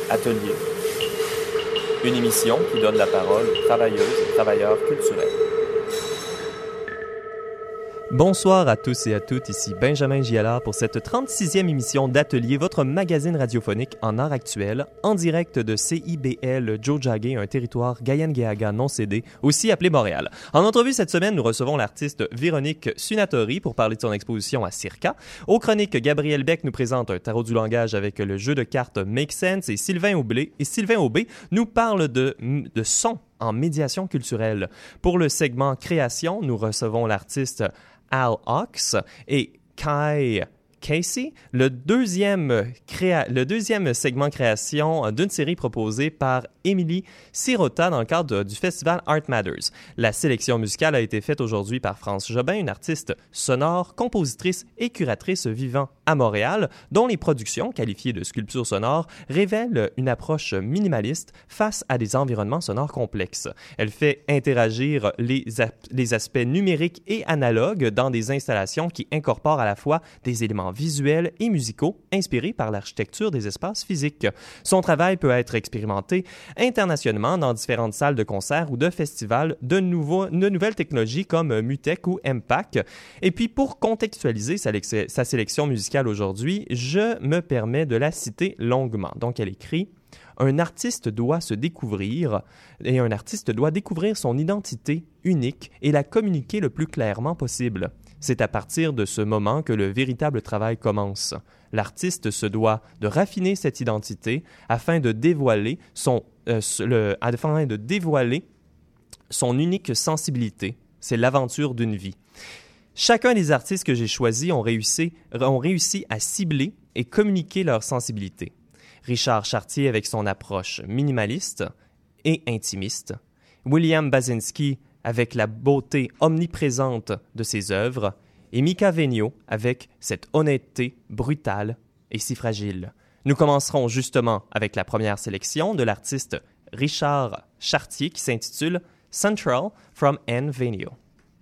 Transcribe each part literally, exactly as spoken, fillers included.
Atelier, une émission qui donne la parole aux travailleuses et travailleurs culturels. Bonsoir à tous et à toutes, ici Benjamin Gialard pour cette trente-sixième émission d'Atelier, votre magazine radiophonique en art actuel, en direct de C I B L Tiohtià:ke, un territoire Kanien'kehá:ka non cédé, aussi appelé Montréal. En entrevue cette semaine, nous recevons l'artiste Véronique Sunatori pour parler de son exposition à Circa. Aux chroniques, Gabriel Beck nous présente un tarot du langage avec le jeu de cartes Make Sense et Sylvain Aubé, et Sylvain Aubé nous parle de, de son en médiation culturelle. Pour le segment création, nous recevons l'artiste Al Hawks et Kai Casey, le deuxième, créa... le deuxième segment création d'une série proposée par Émilie Sirota dans le cadre du festival Art Matters. La sélection musicale a été faite aujourd'hui par France Jobin, une artiste sonore, compositrice et curatrice vivant à Montréal, dont les productions, qualifiées de sculpture sonore, révèlent une approche minimaliste face à des environnements sonores complexes. Elle fait interagir les, ap... les aspects numériques et analogues dans des installations qui incorporent à la fois des éléments visuels et musicaux inspirés par l'architecture des espaces physiques. Son travail peut être expérimenté internationalement dans différentes salles de concert ou de festivals de, nouveaux, de nouvelles technologies comme Mutech ou M P A C. Et puis, pour contextualiser sa, sa sélection musicale aujourd'hui, je me permets de la citer longuement. Donc, elle écrit « Un artiste doit se découvrir et un artiste doit découvrir son identité unique et la communiquer le plus clairement possible. C'est à partir de ce moment que le véritable travail commence. L'artiste se doit de raffiner cette identité afin de dévoiler son, euh, le, afin de dévoiler son unique sensibilité. C'est l'aventure d'une vie. » Chacun des artistes que j'ai choisis ont réussi, ont réussi à cibler et communiquer leur sensibilité. Richard Chartier avec son approche minimaliste et intimiste. William Basinski avec la beauté omniprésente de ses œuvres, et Mika Venio avec cette honnêteté brutale et si fragile. Nous commencerons justement avec la première sélection de l'artiste Richard Chartier qui s'intitule « Central from N. Venio ».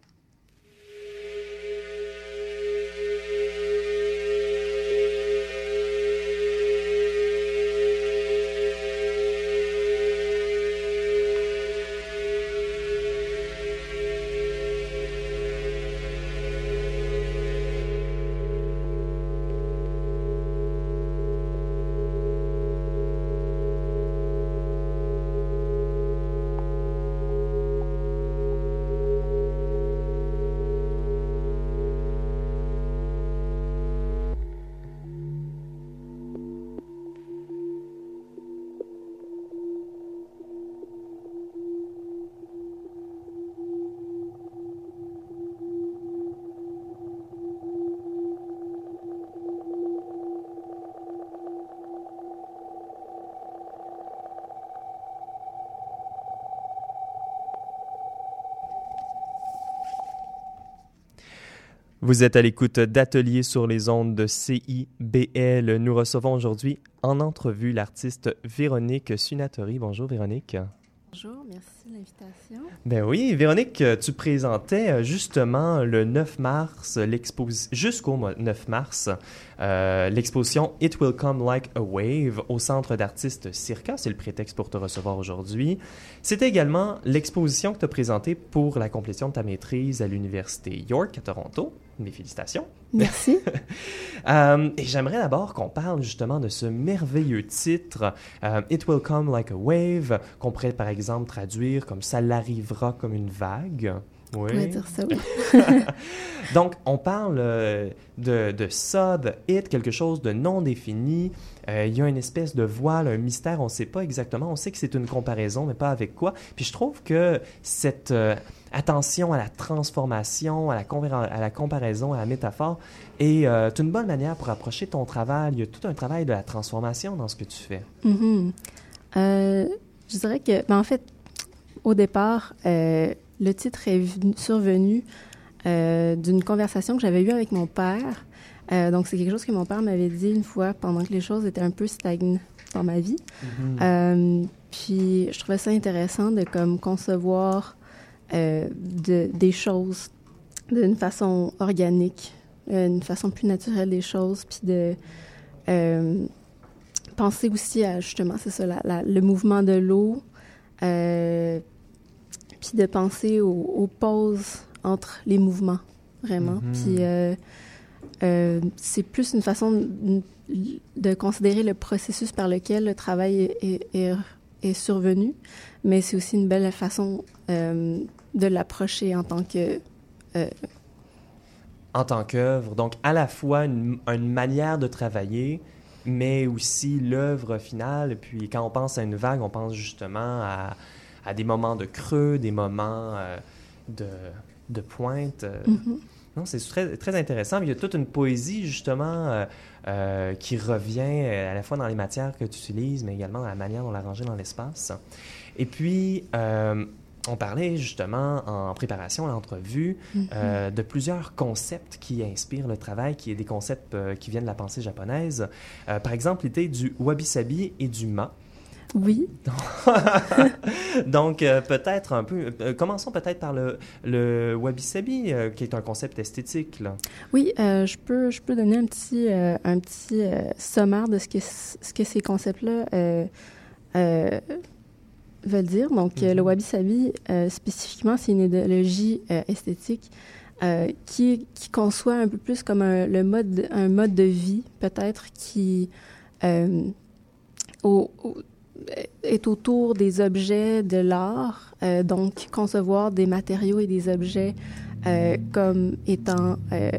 Vous êtes à l'écoute d'Atelier sur les ondes de C I B L. Nous recevons aujourd'hui en entrevue l'artiste Véronique Sunatori. Bonjour Véronique. Bonjour, merci de l'invitation. Ben oui, Véronique, tu présentais justement le neuf mars, l'exposition jusqu'au neuf mars, euh, l'exposition It Will Come Like a Wave au Centre d'artistes Circa. C'est le prétexte pour te recevoir aujourd'hui. C'était également l'exposition que tu as présentée pour la complétion de ta maîtrise à l'Université York à Toronto. Mes félicitations. Merci. euh, et j'aimerais d'abord qu'on parle justement de ce merveilleux titre, euh, It Will Come Like a Wave, qu'on pourrait par exemple traduire comme ça l'arrivera comme une vague. Oui. On pourrait dire ça, oui. Donc, on parle euh, de, de ça, de it, quelque chose de non défini. Euh, il y a une espèce de voile, un mystère, on ne sait pas exactement. On sait que c'est une comparaison, mais pas avec quoi. Puis je trouve que cette euh, attention à la transformation, à la, conver- à la comparaison, à la métaphore, est euh, une bonne manière pour approcher ton travail. Il y a tout un travail de la transformation dans ce que tu fais. Mm-hmm. Euh, je dirais que, ben, en fait, au départ, euh, le titre est venu, survenu euh, d'une conversation que j'avais eue avec mon père. Euh, donc, c'est quelque chose que mon père m'avait dit une fois pendant que les choses étaient un peu stagnantes dans ma vie. Mm-hmm. Euh, puis, je trouvais ça intéressant de comme concevoir euh, de, des choses d'une façon organique, euh, une façon plus naturelle des choses, puis de... Euh, penser aussi à, justement, c'est ça, la, la, le mouvement de l'eau, euh, puis de penser aux, aux pauses entre les mouvements, vraiment. Mm-hmm. Puis euh, euh, c'est plus une façon de, de considérer le processus par lequel le travail est, est, est survenu, mais c'est aussi une belle façon euh, de l'approcher en tant que... Euh, en tant qu'œuvre, donc à la fois une, une manière de travailler, mais aussi l'œuvre finale. Puis quand on pense à une vague, on pense justement à, à des moments de creux, des moments euh, de, de pointe. Mm-hmm. Non, c'est très, très intéressant. Il y a toute une poésie, justement, euh, euh, qui revient à la fois dans les matières que tu utilises, mais également dans la manière dont l'arranger dans l'espace. Et puis, euh, on parlait justement en préparation à l'entrevue mm-hmm. euh, de plusieurs concepts qui inspirent le travail, qui est des concepts euh, qui viennent de la pensée japonaise. Euh, par exemple, l'idée du wabi-sabi et du ma. Oui. Donc, euh, peut-être un peu... Euh, commençons peut-être par le, le wabi-sabi, euh, qui est un concept esthétique, là. Oui, euh, je peux, je peux donner un petit, euh, un petit euh, sommaire de ce que, ce que ces concepts-là euh, euh, veulent dire. Donc, mm-hmm. le wabi-sabi, euh, spécifiquement, c'est une idéologie euh, esthétique euh, qui, qui conçoit un peu plus comme un, le mode, un mode de vie, peut-être, qui... Euh, au, au est autour des objets de l'art, euh, donc concevoir des matériaux et des objets euh, comme étant euh,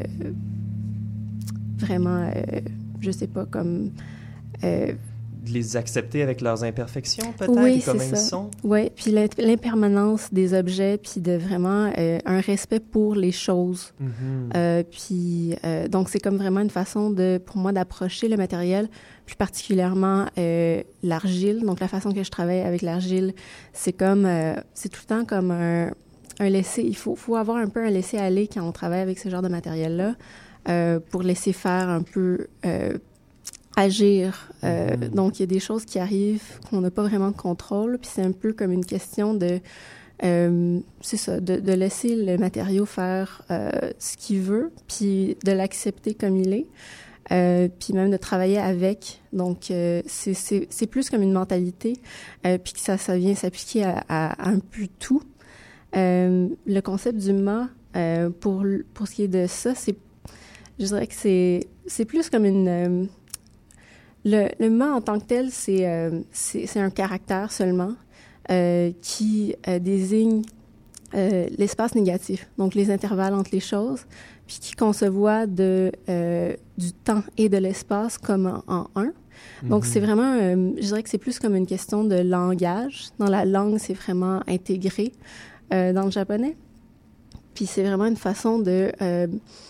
vraiment, euh, je sais pas, comme... Euh, les accepter avec leurs imperfections, peut-être, oui, comme c'est ils ça. sont. Oui, puis l'impermanence des objets, puis de vraiment euh, un respect pour les choses. Mm-hmm. Euh, puis, euh, donc, c'est comme vraiment une façon, de, pour moi, d'approcher le matériel, plus particulièrement euh, l'argile. Donc, la façon que je travaille avec l'argile, c'est comme, euh, c'est tout le temps comme un, un laisser, il faut, faut avoir un peu un laisser-aller quand on travaille avec ce genre de matériel-là, euh, pour laisser faire un peu... Euh, agir. Euh, mm-hmm. Donc, il y a des choses qui arrivent qu'on n'a pas vraiment de contrôle, puis c'est un peu comme une question de... Euh, c'est ça, de, de laisser le matériau faire euh, ce qu'il veut, puis de l'accepter comme il est, euh, puis même de travailler avec. Donc, euh, c'est, c'est, c'est plus comme une mentalité, euh, puis que ça, ça vient s'appliquer à, à, à un peu tout. Euh, le concept du ma, euh, pour, pour ce qui est de ça, c'est... Je dirais que c'est, c'est plus comme une... Euh, Le, le ma en tant que tel, c'est, euh, c'est, c'est un caractère seulement euh, qui euh, désigne euh, l'espace négatif, donc les intervalles entre les choses, puis qui conçoit de, euh, du temps et de l'espace comme en, en un. Mm-hmm. Donc, c'est vraiment, euh, je dirais que c'est plus comme une question de langage. Dans la langue, c'est vraiment intégré euh, dans le japonais. Puis c'est vraiment une façon de... Euh,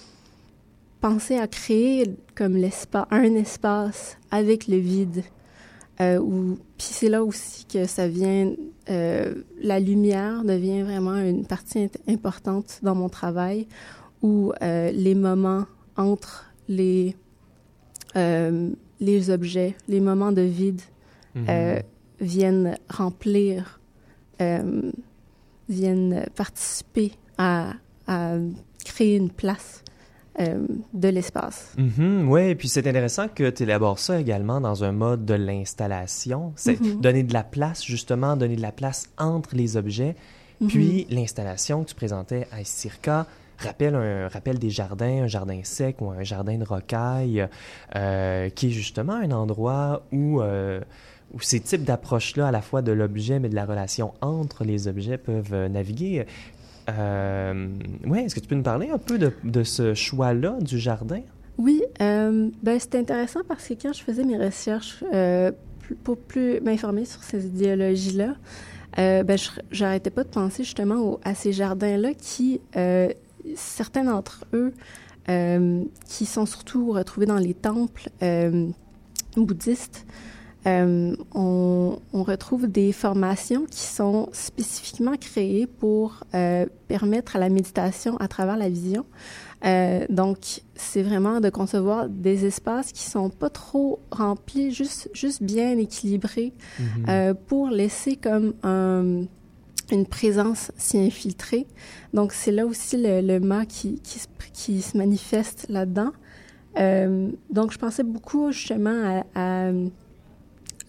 penser à créer comme l'espace, un espace avec le vide. Euh, où, puis c'est là aussi que ça vient, euh, la lumière devient vraiment une partie importante dans mon travail, où euh, les moments entre les, euh, les objets, les moments de vide mm-hmm. euh, viennent remplir, euh, viennent participer à, à créer une place. Euh, de l'espace. Mm-hmm, oui, et puis c'est intéressant que tu élabores ça également dans un mode de l'installation. C'est mm-hmm. donner de la place, justement, donner de la place entre les objets. Mm-hmm. Puis l'installation que tu présentais à Circa rappelle, un, rappelle des jardins, un jardin sec ou un jardin de rocaille, euh, qui est justement un endroit où... Euh, où ces types d'approches-là, à la fois de l'objet, mais de la relation entre les objets, peuvent euh, naviguer. Euh, oui, est-ce que tu peux nous parler un peu de, de ce choix-là du jardin? Oui, euh, ben, c'est intéressant parce que quand je faisais mes recherches euh, pour plus m'informer sur ces idéologies-là, euh, ben, je n'arrêtais pas de penser justement au, à ces jardins-là qui, euh, certains d'entre eux, euh, qui sont surtout retrouvés dans les temples euh, bouddhistes, Euh, on, on retrouve des formations qui sont spécifiquement créées pour euh, permettre à la méditation à travers la vision. Euh, donc, c'est vraiment de concevoir des espaces qui sont pas trop remplis, juste, juste bien équilibrés, mm-hmm. euh, pour laisser comme un, une présence s'y infiltrer. Donc, c'est là aussi le, le ma qui, qui, se, qui se manifeste là-dedans. Euh, donc, je pensais beaucoup justement à... à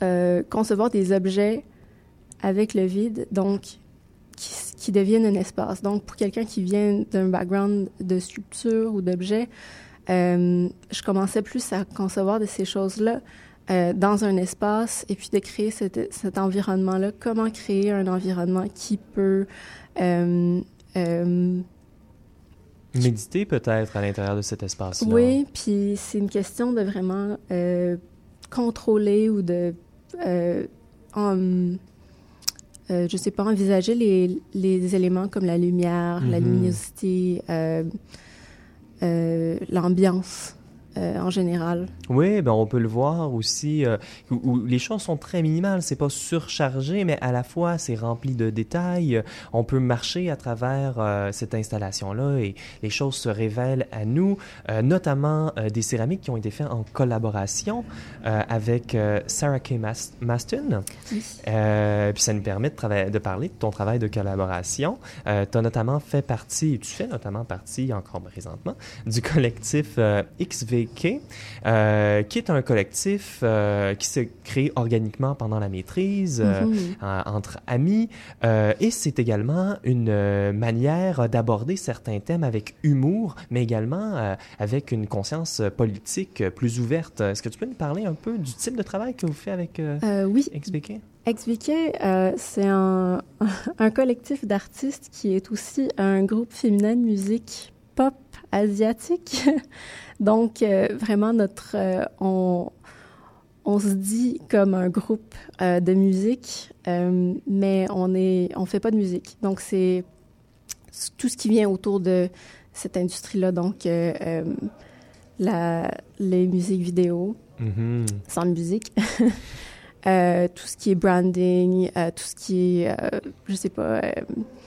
euh, concevoir des objets avec le vide, donc qui, qui deviennent un espace. Donc, pour quelqu'un qui vient d'un background de sculpture ou d'objets, euh, je commençais plus à concevoir de ces choses-là euh, dans un espace et puis de créer cet, cet environnement-là. Comment créer un environnement qui peut... Euh, euh, Méditer peut-être à l'intérieur de cet espace-là. Oui, puis c'est une question de vraiment euh, contrôler ou de... Euh, en, Euh, je sais pas, envisager les, les éléments comme la lumière, mm-hmm. la luminosité, euh, euh, l'ambiance euh, en général. Oui, ben on peut le voir aussi, euh, où, où les choses sont très minimales, c'est pas surchargé, mais à la fois c'est rempli de détails. On peut marcher à travers euh, cette installation-là et les choses se révèlent à nous, euh, notamment euh, des céramiques qui ont été faites en collaboration euh, avec euh, Sarah K. Mas- Maston. Oui. Euh, puis ça nous permet de, trava- de parler de ton travail de collaboration. Euh, tu as notamment fait partie, tu fais notamment partie, encore présentement, du collectif euh, X V K, euh, qui est un collectif euh, qui s'est créé organiquement pendant la maîtrise, euh, mm-hmm. en, entre amis. Euh, et c'est également une euh, manière d'aborder certains thèmes avec humour, mais également euh, avec une conscience politique plus ouverte. Est-ce que tu peux nous parler un peu du type de travail que vous faites avec euh, euh, oui. X V K? X V K, euh, c'est un, un collectif d'artistes qui est aussi un groupe féminin de musique pop asiatique. Donc, euh, vraiment, notre, euh, on, on se dit comme un groupe euh, de musique, euh, mais on est, on fait pas de musique. Donc, c'est tout ce qui vient autour de cette industrie-là. Donc, euh, euh, la, les musiques vidéo, mm-hmm. sans musique. euh, tout ce qui est branding, euh, tout ce qui est, euh, je sais pas... Euh,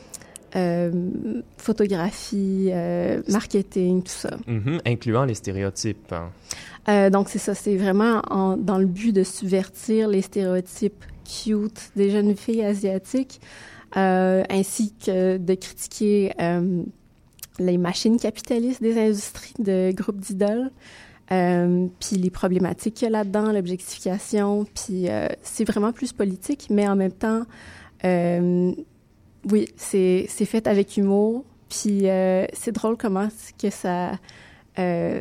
Euh, photographie, euh, marketing, tout ça. Mm-hmm, incluant les stéréotypes. Hein. Euh, donc, c'est ça. C'est vraiment en, dans le but de subvertir les stéréotypes cute des jeunes filles asiatiques, euh, ainsi que de critiquer euh, les machines capitalistes des industries de groupes d'idoles, euh, puis les problématiques qu'il y a là-dedans, l'objectification, puis euh, c'est vraiment plus politique, mais en même temps... Euh, Oui, c'est, c'est fait avec humour, puis euh, c'est drôle comment que ça, euh,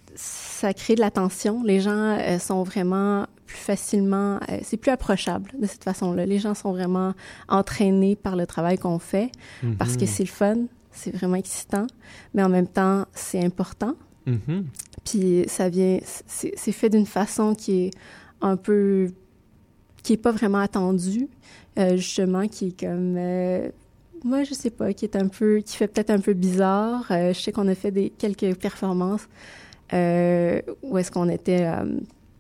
ça crée de la tension. Les gens euh, sont vraiment plus facilement... Euh, c'est plus approchable de cette façon-là. Les gens sont vraiment entraînés par le travail qu'on fait mm-hmm. parce que c'est le fun, c'est vraiment excitant, mais en même temps, c'est important. Mm-hmm. Puis ça vient... C'est, c'est fait d'une façon qui est un peu... qui est pas vraiment attendue. Euh, justement, qui est comme... Euh, moi, je sais pas, qui est un peu... qui fait peut-être un peu bizarre. Euh, je sais qu'on a fait des, quelques performances euh, où est-ce qu'on était... Euh,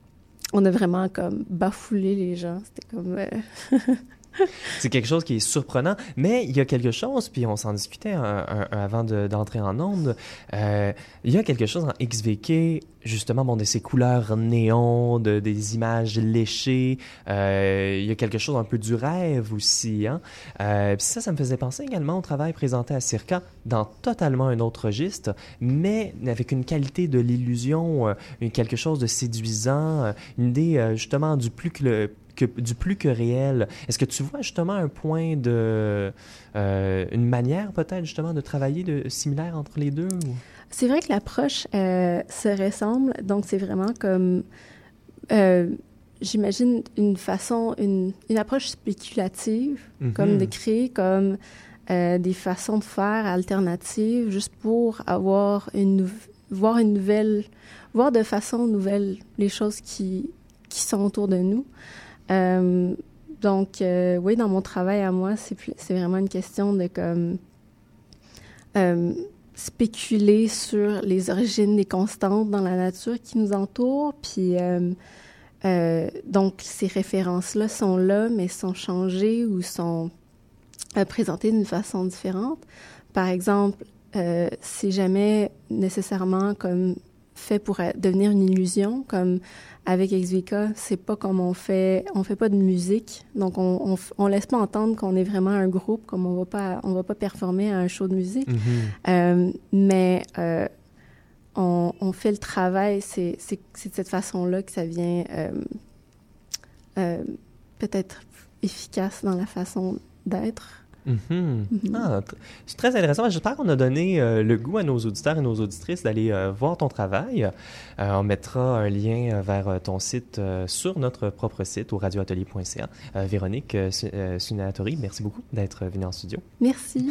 on a vraiment comme bafoulé les gens. C'était comme... Euh... C'est quelque chose qui est surprenant, mais il y a quelque chose, puis on s'en discutait un, un, un avant de, d'entrer en onde, euh, il y a quelque chose en X V K, justement, bon, de ces couleurs néon, de, des images léchées, euh, il y a quelque chose un peu du rêve aussi, hein. Euh, puis ça, ça me faisait penser également au travail présenté à Circa, dans totalement un autre registre, mais avec une qualité de l'illusion, euh, quelque chose de séduisant, euh, une idée euh, justement du plus que le Que, du plus que réel. Est-ce que tu vois justement un point de... Euh, une manière peut-être justement de travailler de, similaire entre les deux? Ou? C'est vrai que l'approche euh, se ressemble, donc c'est vraiment comme... Euh, j'imagine une façon, une, une approche spéculative, mm-hmm. comme de créer comme euh, des façons de faire alternatives juste pour avoir une... voir une nouvelle... voir de façon nouvelle les choses qui, qui sont autour de nous. Euh, donc, euh, oui, dans mon travail à moi, c'est, plus, c'est vraiment une question de comme euh, spéculer sur les origines des constantes dans la nature qui nous entoure. Puis, euh, euh, donc, ces références-là sont là, mais sont changées ou sont euh, présentées d'une façon différente. Par exemple, euh, c'est jamais nécessairement comme fait pour devenir une illusion, comme avec X V K, c'est pas comme on fait, on fait pas de musique, donc on, on, on laisse pas entendre qu'on est vraiment un groupe, comme on va pas, on va pas performer à un show de musique, mm-hmm. euh, mais euh, on, on fait le travail, c'est, c'est, c'est de cette façon-là que ça vient euh, euh, peut-être efficace dans la façon d'être. Mm-hmm. Mm-hmm. Ah, t- c'est très intéressant. J'espère qu'on a donné euh, le goût à nos auditeurs et nos auditrices d'aller euh, voir ton travail. Euh, on mettra un lien vers euh, ton site euh, sur notre propre site au radio atelier point c a. Euh, Véronique euh, Sunatori, merci beaucoup d'être venue en studio. Merci.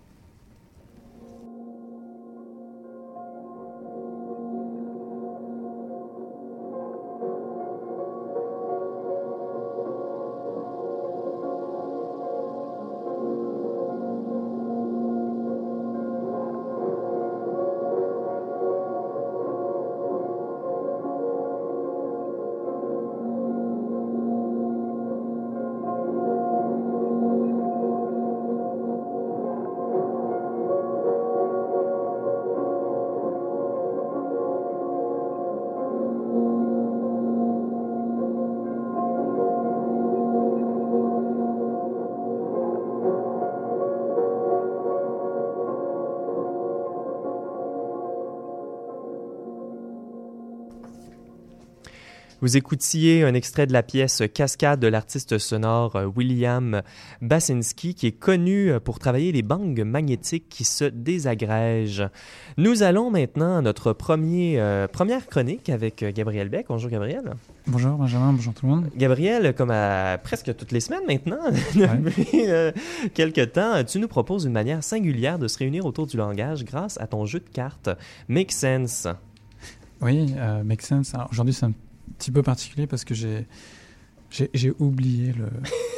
Vous écoutiez un extrait de la pièce Cascade de l'artiste sonore William Basinski, qui est connu pour travailler les bandes magnétiques qui se désagrègent. Nous allons maintenant à notre premier, euh, première chronique avec Gabriel Beck. Bonjour Gabriel. Bonjour Benjamin, bonjour tout le monde. Gabriel, comme à presque toutes les semaines maintenant, depuis euh, quelques temps, tu nous proposes une manière singulière de se réunir autour du langage grâce à ton jeu de cartes Make Sense. Oui, euh, Make Sense. Alors, aujourd'hui, c'est un petit peu particulier parce que j'ai, j'ai, j'ai oublié le,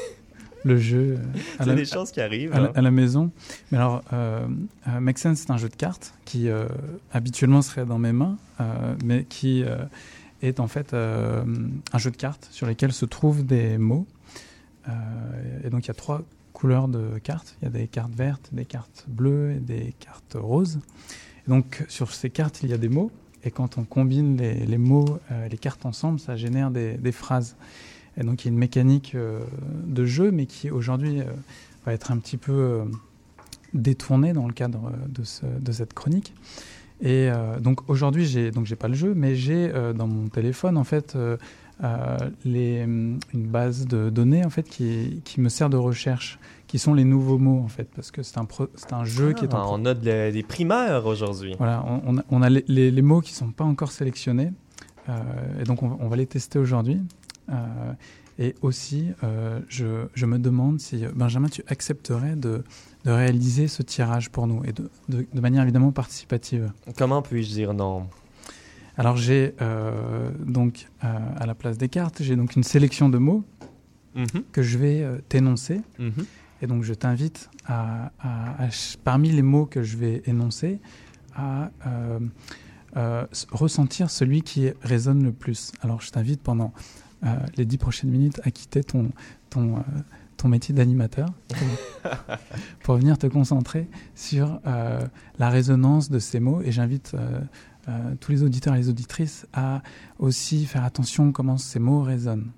le jeu à c'est la, des choses qui arrivent à, hein. la, à la maison. Mais alors, euh, euh, Make Sense, c'est un jeu de cartes qui euh, habituellement serait dans mes mains, euh, mais qui euh, est en fait euh, un jeu de cartes sur lesquels se trouvent des mots. Euh, et donc, il y a trois couleurs de cartes. Il y a des cartes vertes, des cartes bleues et des cartes roses. Et donc, sur ces cartes, il y a des mots. Et quand on combine les, les mots, euh, les cartes ensemble, ça génère des, des phrases. Et donc, il y a une mécanique euh, de jeu, mais qui aujourd'hui euh, va être un petit peu euh, détournée dans le cadre de, ce, de cette chronique. Et euh, donc, aujourd'hui, j'ai, donc j'ai pas le jeu, mais j'ai euh, dans mon téléphone, en fait, euh, euh, les, une base de données, en fait, qui, qui me sert de recherche, qui sont les nouveaux mots, en fait, parce que c'est un, pro, c'est un jeu ah, qui est en... Pro... On a de, des primeurs aujourd'hui. Voilà, on, on a, on a les, les, les mots qui ne sont pas encore sélectionnés, euh, et donc on, on va les tester aujourd'hui. Euh, et aussi, euh, je, je me demande si, Benjamin, tu accepterais de, de réaliser ce tirage pour nous, et de, de, de manière évidemment participative. Comment puis-je dire non ? Alors j'ai, euh, donc, euh, à la place des cartes, j'ai donc une sélection de mots mm-hmm. que je vais euh, t'énoncer. Mm-hmm. Et donc, je t'invite, à, à, à, parmi les mots que je vais énoncer, à euh, euh, ressentir celui qui résonne le plus. Alors, je t'invite pendant euh, les dix prochaines minutes à quitter ton, ton, euh, ton métier d'animateur pour, pour venir te concentrer sur euh, la résonance de ces mots. Et j'invite euh, euh, tous les auditeurs et les auditrices à aussi faire attention à comment ces mots résonnent.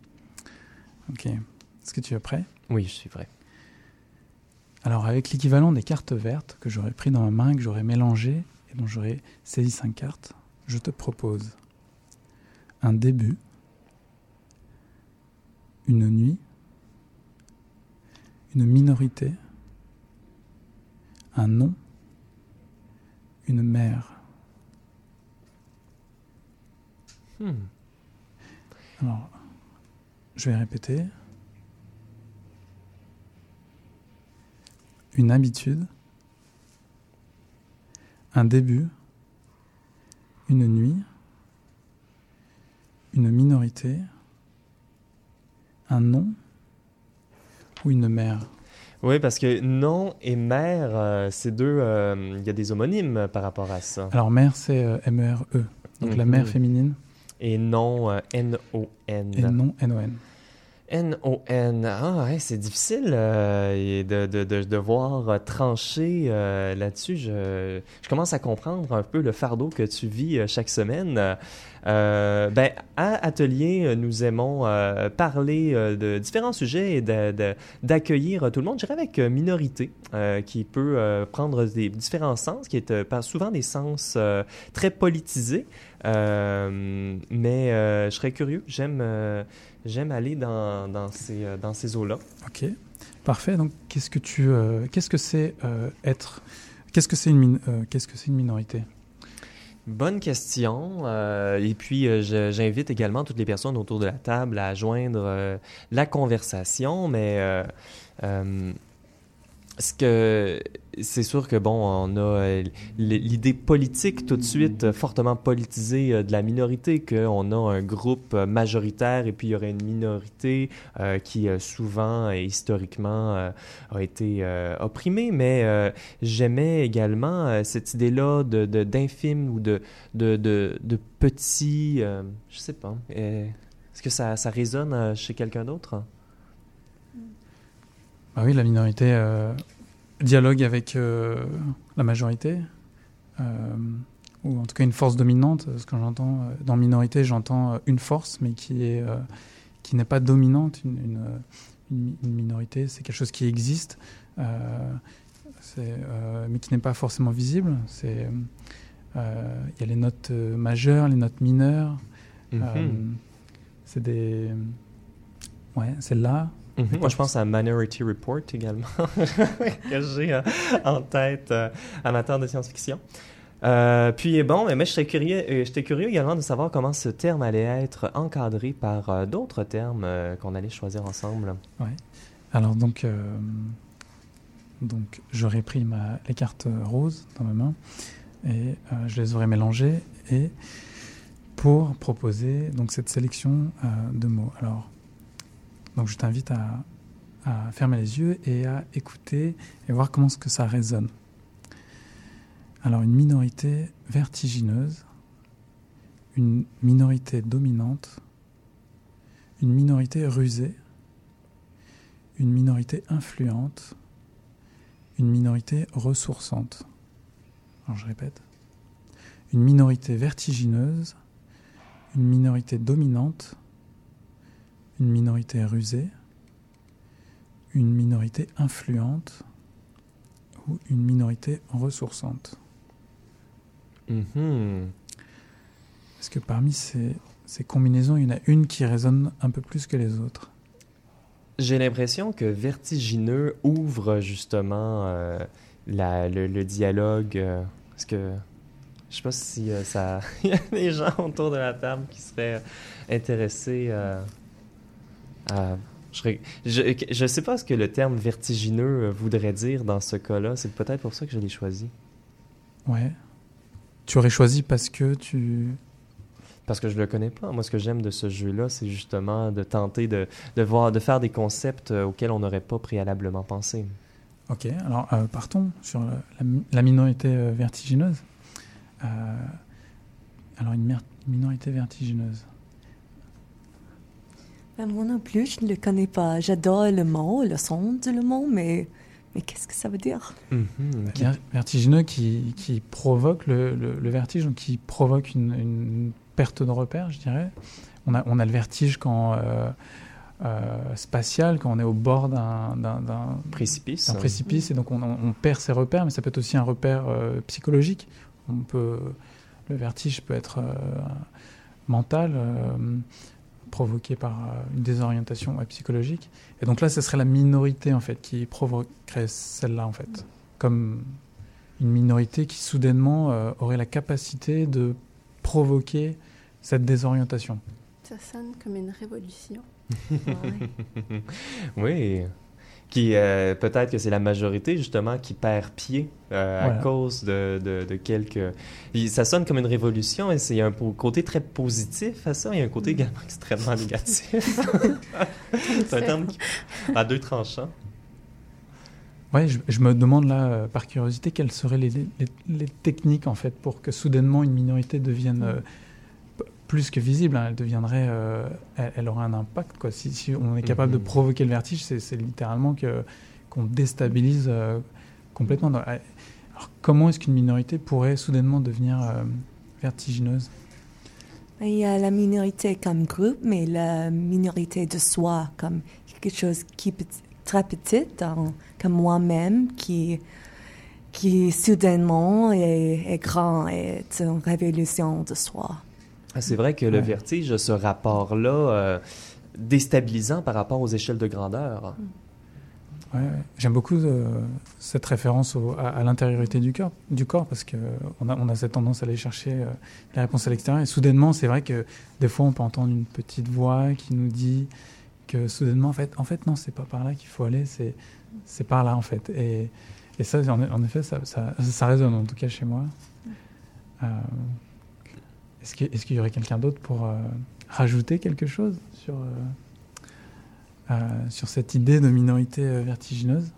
Ok. Est-ce que tu es prêt ? Oui, je suis prêt. Alors, avec l'équivalent des cartes vertes que j'aurais pris dans ma main, que j'aurais mélangé et dont j'aurais saisi cinq cartes, je te propose un début, une nuit, une minorité, un nom, une mer. Hmm. Alors, je vais répéter. Une habitude, un début, une nuit, une minorité, un nom ou une mère. Oui, parce que nom et mère, euh, c'est deux... Il euh, y a des homonymes par rapport à ça. Alors mère, c'est euh, M E R E, donc mm-hmm. la mère féminine. Et nom, euh, N O N. Et nom, N O N. N O N. Ah, ouais, c'est difficile euh, de, de, de devoir euh, trancher euh, là-dessus. Je, je commence à comprendre un peu le fardeau que tu vis euh, chaque semaine. Euh, ben, à Atelier, nous aimons euh, parler euh, de différents sujets et de, de, d'accueillir tout le monde, je dirais avec minorité, euh, qui peut euh, prendre des différents sens, qui est euh, souvent des sens euh, très politisés. Euh, mais euh, je serais curieux, j'aime, euh, j'aime aller dans, dans ces, dans ces eaux-là. Ok, parfait. Donc, qu'est-ce que tu, euh, qu'est-ce que c'est euh, être, qu'est-ce que c'est une, min- euh, qu'est-ce que c'est une minorité? Bonne question. Euh, et puis, euh, je, j'invite également toutes les personnes autour de la table à joindre euh, la conversation, mais euh, euh, ce que c'est sûr que bon, on a euh, l'idée politique tout de suite euh, fortement politisée euh, de la minorité, qu'on a un groupe euh, majoritaire et puis il y aurait une minorité euh, qui euh, souvent et historiquement euh, a été euh, opprimée. Mais euh, j'aimais également euh, cette idée-là de, de d'infime ou de de de, de petit, euh, je sais pas. Euh, est-ce que ça ça résonne euh, chez quelqu'un d'autre? Ah oui, la minorité euh, dialogue avec euh, la majorité, euh, ou en tout cas une force dominante. Parce que j'entends euh, dans minorité, j'entends euh, une force, mais qui est euh, qui n'est pas dominante. Une, une, une, une minorité, c'est quelque chose qui existe, euh, c'est, euh, mais qui n'est pas forcément visible. C'est euh, il y a les notes euh, majeures, les notes mineures. Mm-hmm. Euh, c'est des ouais, celle-là. Mm-hmm. Moi, je pense à Minority Report également, que j'ai euh, en tête, euh, amateur de science-fiction. Euh, puis bon, mais je serais curieux, euh, j'étais curieux également de savoir comment ce terme allait être encadré par euh, d'autres termes euh, qu'on allait choisir ensemble. Ouais. Alors donc, euh, donc j'aurais pris ma, les cartes roses dans ma main et euh, je les aurais mélangées et pour proposer donc cette sélection euh, de mots. Alors donc je t'invite à, à fermer les yeux et à écouter et voir comment ce que ça résonne. Alors une minorité vertigineuse, une minorité dominante, une minorité rusée, une minorité influente, une minorité ressourçante. Alors je répète, une minorité vertigineuse, une minorité dominante, une minorité rusée, une minorité influente ou une minorité ressourçante. Mm-hmm. Est-ce que parmi ces, ces combinaisons, il y en a une qui résonne un peu plus que les autres? J'ai l'impression que vertigineux ouvre justement euh, la, le, le dialogue. Euh, parce que je sais pas si euh, ça... il y a des gens autour de la table qui seraient intéressés euh, à... Je ne sais pas ce que le terme vertigineux voudrait dire dans ce cas-là. C'est peut-être pour ça que je l'ai choisi. Ouais. Tu aurais choisi parce que tu... Parce que je le connais pas. Moi, ce que j'aime de ce jeu-là, c'est justement de tenter de, de, voir, de faire des concepts auxquels on n'aurait pas préalablement pensé. Ok, alors euh, partons sur la, la, la minorité euh, vertigineuse. Euh, alors une mer- minorité vertigineuse. Ben, moi non plus, je ne le connais pas. J'adore le mot, le son du mot, mais, mais qu'est-ce que ça veut dire? Mm-hmm. Ver- vertigineux qui, qui provoque le, le, le vertige, donc qui provoque une, une perte de repère, je dirais. On a, on a le vertige quand, euh, euh, spatial, quand on est au bord d'un, d'un, d'un précipice. Un précipice, et donc on, on perd ses repères, mais ça peut être aussi un repère euh, psychologique. On peut, le vertige peut être euh, mental, euh, provoqué par une désorientation ouais, psychologique. Et donc là, ce serait la minorité en fait qui provoquerait celle-là en fait, comme une minorité qui soudainement euh, aurait la capacité de provoquer cette désorientation. Ça sonne comme une révolution. Ouais. Oui. Qui, euh, peut-être que c'est la majorité, justement, qui perd pied euh, Voilà. à cause de, de, de quelques... Il- ça sonne comme une révolution, et c'est il y a un po- côté très positif à ça, il y a un côté également extrêmement négatif. C'est un terme qui... à deux tranchants. Ouais, je, je me demande là, euh, par curiosité, quelles seraient les, les, les techniques, en fait, pour que soudainement une minorité devienne euh, p- plus que visible, hein, elle deviendrait... euh, elle, elle aurait un impact, quoi. Si, si on est capable Mhm. de provoquer le vertige, c'est, c'est littéralement que, qu'on déstabilise euh, complètement. Dans- Alors, comment est-ce qu'une minorité pourrait soudainement devenir euh, vertigineuse? Il y a la minorité comme groupe, mais la minorité de soi comme quelque chose qui est très petite, hein, comme moi-même, qui, qui soudainement est, est grand, est une révolution de soi. C'est vrai que le Ouais. vertige a ce rapport-là euh, déstabilisant par rapport aux échelles de grandeur. Ouais, ouais. J'aime beaucoup euh, cette référence au- à, à l'intériorité du corps, du corps parce qu'on a, on a cette tendance à aller chercher euh, les réponses à l'extérieur. Et soudainement, c'est vrai que des fois, on peut entendre une petite voix qui nous dit que soudainement, en fait, en fait non, c'est pas par là qu'il faut aller, c'est, c'est par là, en fait. Et, et ça, en, en effet, ça, ça, ça résonne, en tout cas chez moi. Euh, est-ce, que, est-ce qu'il y aurait quelqu'un d'autre pour euh, rajouter quelque chose sur... euh, Euh, sur cette idée de minorité euh, vertigineuse?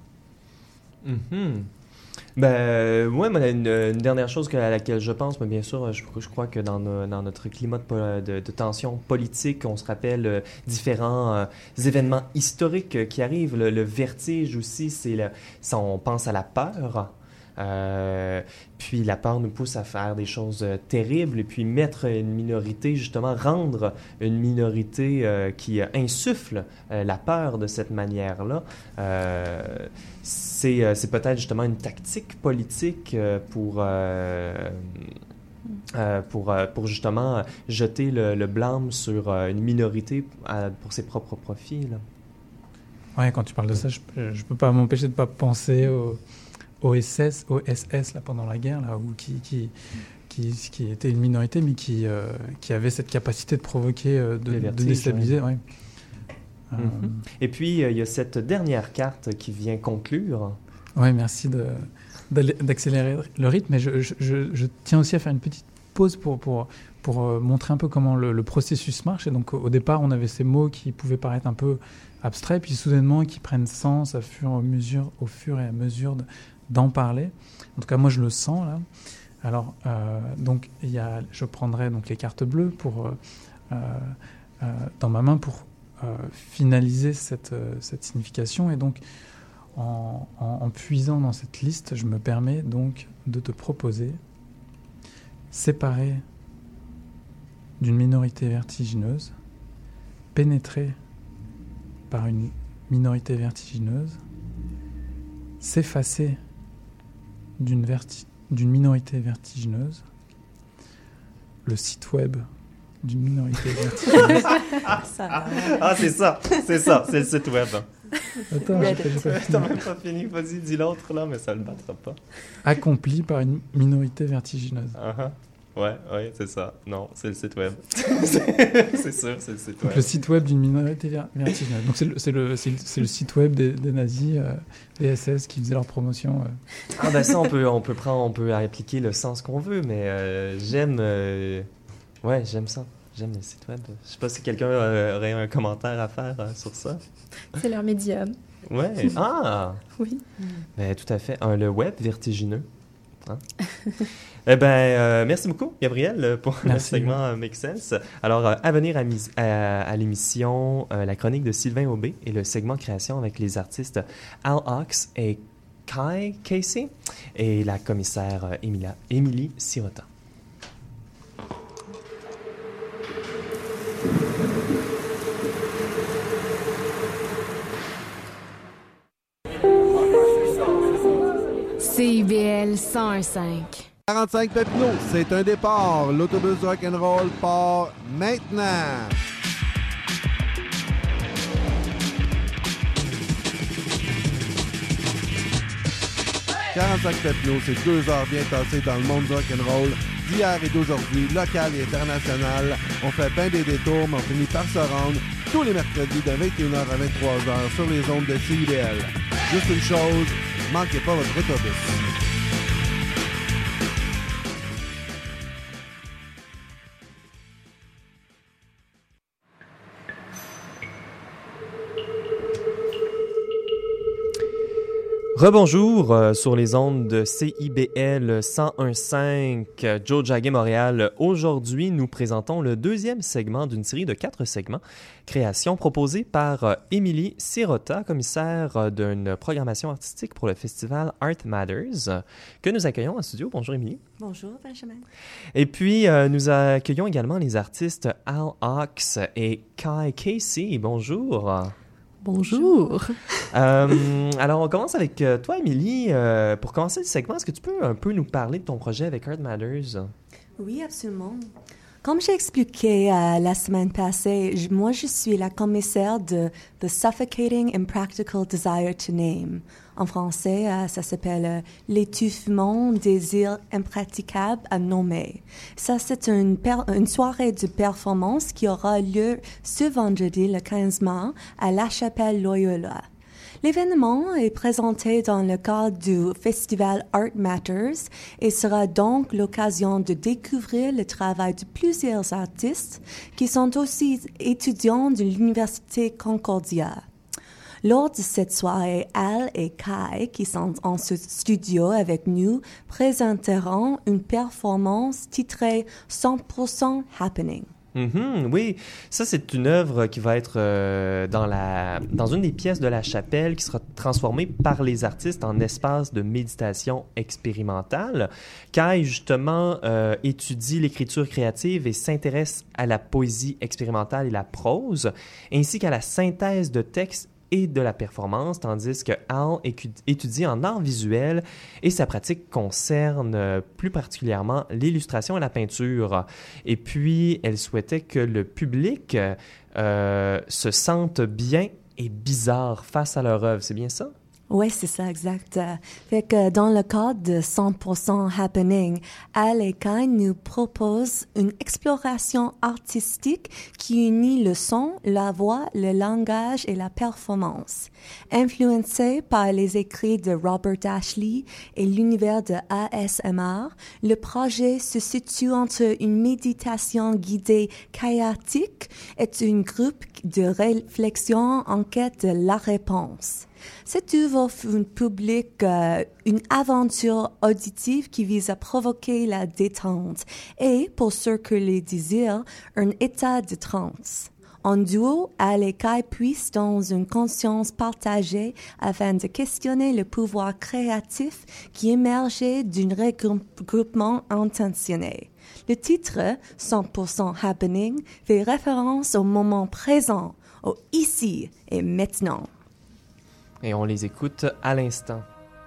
Mhm. Ben, ouais, mais une, une dernière chose que- à laquelle je pense, mais bien sûr, je, je crois que dans, no- dans notre climat de, po- de, de tension politique, on se rappelle euh, différents euh, événements historiques euh, qui arrivent. Le, le vertige aussi, c'est le, ça, on pense à la peur. Euh, puis la peur nous pousse à faire des choses euh, terribles et puis mettre une minorité, justement, rendre une minorité euh, qui euh, insuffle euh, la peur de cette manière-là. Euh, c'est, euh, c'est peut-être justement une tactique politique euh, pour, euh, euh, pour, euh, pour justement jeter le, le blâme sur euh, une minorité euh, pour ses propres profits, là. Ouais, quand tu parles de ça, je, je peux pas m'empêcher de pas penser au, au S S, au S S là, pendant la guerre, là, où qui, qui, qui, qui était une minorité, mais qui, euh, qui avait cette capacité de provoquer, euh, de, Les de vertiges, déstabiliser. Ouais. Euh, Mhm. Et puis, euh, il y a cette dernière carte qui vient conclure. ouais, merci de, d'aller- d'accélérer le rythme. Mais je, je, je, je tiens aussi à faire une petite pause pour, pour, pour euh, montrer un peu comment le, le processus marche. Et donc, au, au départ, on avait ces mots qui pouvaient paraître un peu abstraits, puis soudainement, qui prennent sens à fur et à mesure, au fur et à mesure de- d'en parler. En tout cas, moi, je le sens, là. Alors, euh, donc, il y a, je prendrai donc les cartes bleues pour, euh, euh, euh, dans ma main pour euh, finaliser cette, euh, cette signification. Et donc, en, en, en puisant dans cette liste, je me permets donc de te proposer, séparé d'une minorité vertigineuse, pénétré par une minorité vertigineuse, s'effacer d'une verti- d'une minorité vertigineuse, le site web d'une minorité vertigineuse. Ça, Ah, c'est ça, c'est ça, c'est le site web. Attends, j'ai pas- j'ai pas fini. T'as même pas fini, vas-y, dis l'autre là, mais ça le battra pas. Accompli par une minorité vertigineuse. Uh-huh. Ouais, ouais, c'est ça. Non, c'est le site web. c'est c'est sûr, c'est le site Donc web. le site web d'une minorité ver- vertigineuse. Donc c'est le, c'est le, c'est le, c'est le site web des, des nazis, euh, des S S qui faisaient leur promotion. euh. Ah ben ça, on peut, on peut prendre, on peut appliquer le sens qu'on veut, mais euh, j'aime, euh, ouais, j'aime ça. J'aime le site web. Je sais pas si quelqu'un euh, aurait un commentaire à faire euh, sur ça. C'est leur médium. Ouais. Ah. Oui. Ben tout à fait. Un, le web vertigineux. Hein? Eh ben, euh, merci beaucoup, Gabriel, pour le Merci. segment euh, Make Sense. Alors, euh, à venir à, mis- à, à l'émission, euh, la chronique de Sylvain Aubé et le segment création avec les artistes Al Hawks et Kai Casey et la commissaire euh, Emilia- Émilie Sirota. C I B L cent un virgule cinq. quarante-cinq Papineau, c'est un départ. L'autobus du rock'n'roll part maintenant. quarante-cinq Papineau, c'est deux heures bien passées dans le monde du rock'n'roll, d'hier et d'aujourd'hui, local et international. On fait bien des détours, mais on finit par se rendre tous les mercredis de vingt et une heures à vingt-trois heures sur les ondes de C I B L. Juste une chose, manquez pas votre autobus. Rebonjour euh, sur les ondes de C I B L cent un virgule cinq, euh, Joe Jagger Montréal. Aujourd'hui, nous présentons le deuxième segment d'une série de quatre segments, création proposée par euh, Émilie Sirota, commissaire euh, d'une programmation artistique pour le festival Art Matters, euh, que nous accueillons en studio. Bonjour Émilie. Bonjour Benjamin. Et puis, euh, nous accueillons également les artistes Al Hawks et Kai Casey. Bonjour. Bonjour. euh, alors, on commence avec euh, toi, Émilie. Euh, pour commencer le segment, est-ce que tu peux un peu nous parler de ton projet avec Art Matters? Oui, absolument. Comme j'ai expliqué euh, la semaine passée, je, moi, je suis la commissaire de The Suffocating Impractical Desire to Name. En français, euh, ça s'appelle euh, L'étouffement désir impraticable à nommer. Ça, c'est une, per- une soirée de performance qui aura lieu ce vendredi, le quinze mai, à La Chapelle Loyola. L'événement est présenté dans le cadre du festival Art Matters et sera donc l'occasion de découvrir le travail de plusieurs artistes qui sont aussi étudiants de l'Université Concordia. Lors de cette soirée, Al et Kai, qui sont en studio avec nous, présenteront une performance titrée cent pour cent Happening. Mm-hmm, oui, ça c'est une œuvre qui va être euh, dans, la, dans une des pièces de la chapelle qui sera transformée par les artistes en espace de méditation expérimentale. Kai, justement, euh, étudie l'écriture créative et s'intéresse à la poésie expérimentale et la prose, ainsi qu'à la synthèse de textes et de la performance, tandis que Al étudie en art visuel et sa pratique concerne euh, plus particulièrement l'illustration et la peinture. Et puis, elle souhaitait que le public euh, se sente bien et bizarre face à leur œuvre. C'est bien ça? Oui, c'est ça, exact. Fait que dans le cadre de cent pour cent Happening, Al et Kai nous proposent une exploration artistique qui unit le son, la voix, le langage et la performance. Influencé par les écrits de Robert Ashley et l'univers de A S M R, le projet se situe entre une méditation guidée chaotique et un groupe de réflexion en quête de la réponse. Cette œuvre offre au public euh, une aventure auditive qui vise à provoquer la détente et, pour ceux que les désirent, un état de transe. En duo, Al et Kai puissent dans une conscience partagée afin de questionner le pouvoir créatif qui émergeait d'un regroupement intentionné. Le titre, cent pour cent Happening, fait référence au moment présent, au ici et maintenant. Et on les écoute à l'instant.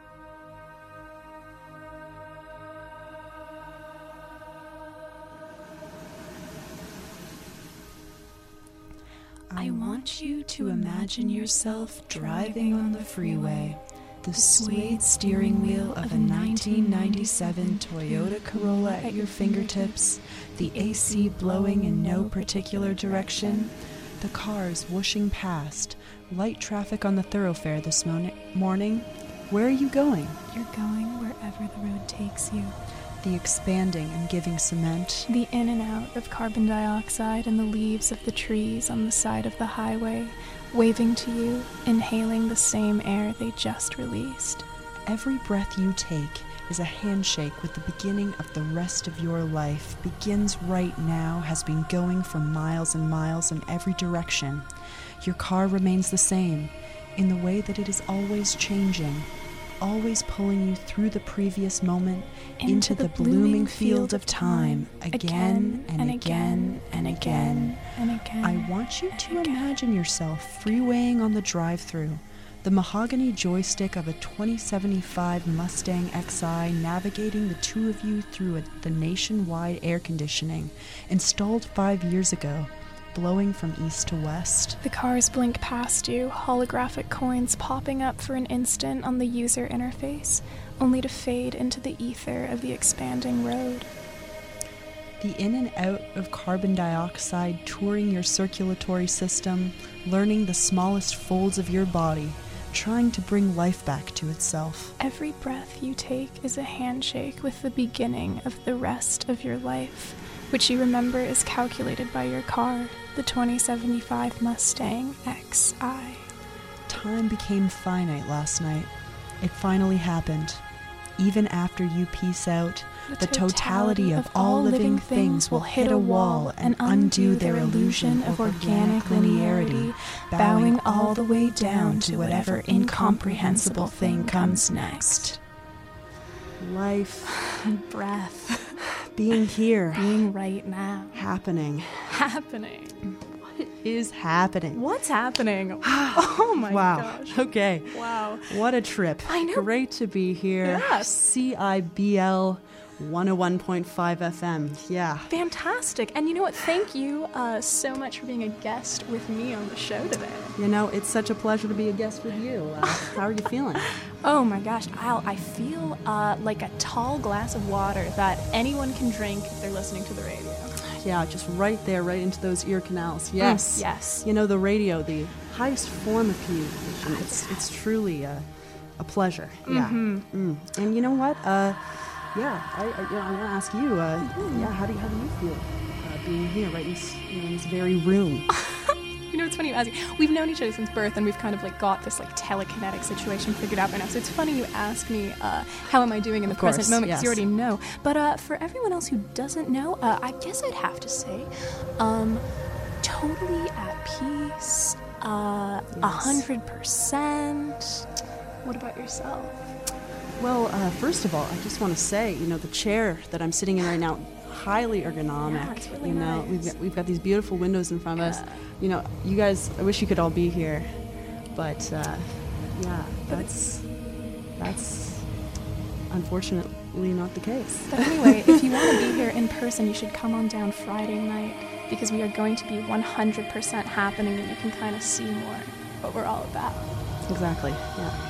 I want you to imagine yourself driving on the freeway, the suede steering wheel of a nineteen ninety-seven Toyota Corolla at your fingertips, the A C blowing in no particular direction, the cars whooshing past, light traffic on the thoroughfare this mo- morning. Where are you going? You're going wherever the road takes you. The expanding and giving cement. The in and out of carbon dioxide and the leaves of the trees on the side of the highway, waving to you, inhaling the same air they just released. Every breath you take is a handshake with the beginning of the rest of your life. Begins right now, has been going for miles and miles in every direction. Your car remains the same, in the way that it is always changing, always pulling you through the previous moment into, into the, the blooming, blooming field of time, again, again and, and again and again and again. I want you to again. Imagine yourself freewaying on the drive-thru, the mahogany joystick of a twenty seventy-five Mustang X I navigating the two of you through a, the nationwide air conditioning installed five years ago, blowing from east to west. The cars blink past you, holographic coins popping up for an instant on the user interface, only to fade into the ether of the expanding road. The in and out of carbon dioxide touring your circulatory system, learning the smallest folds of your body, trying to bring life back to itself. Every breath you take is a handshake with the beginning of the rest of your life, which you remember is calculated by your car, the twenty seventy-five Mustang X I. Time became finite last night. It finally happened. Even after you peace out, the totality of all living things will hit a wall and undo their illusion of organic linearity, bowing all the way down to whatever incomprehensible thing comes next. Life, Breath. being here, Being right now. happening. Happening. What is happening? What's happening? Oh my Wow. gosh. Okay. Wow. What a trip. I know. Great to be here. Yes. C I B L one oh one point five F M. Yeah. Fantastic. And you know what? Thank you uh, so much for being a guest with me on the show today. You know, it's such a pleasure to be a guest with you. Uh, how are you feeling? Oh my gosh, Al, I feel uh, like a tall glass of water that anyone can drink if they're listening to the radio. Yeah, just right there, right into those ear canals. Yes. Mm, yes. You know, the radio, the highest form of communication. It's it's truly a, a pleasure. Yeah. Mhm. Mm. And you know what? Uh, yeah, I, I, you know, I want to ask you. Uh, yeah, how do you, how do you feel uh, being here, right in this, you know, in this very room? You know, it's funny you ask. We've known each other since birth, and we've kind of like got this like telekinetic situation figured out by now. So it's funny you ask me, uh, how am I doing in the Of course, present moment? Because you yes. already know. But uh, for everyone else who doesn't know, uh, I guess I'd have to say, um, totally at peace, a hundred percent. What about yourself? Well, uh, first of all, I just want to say, you know, the chair that I'm sitting in right now, highly ergonomic. Yeah, it's really you know, nice. we've got, we've got these beautiful windows in front of us. Yeah. You know, you guys, I wish you could all be here, but uh, yeah, But that's that's unfortunately not the case. But anyway, if you want to be here in person, you should come on down Friday night because we are going to be one hundred percent happening and you can kind of see more what we're all about. Exactly. Yeah.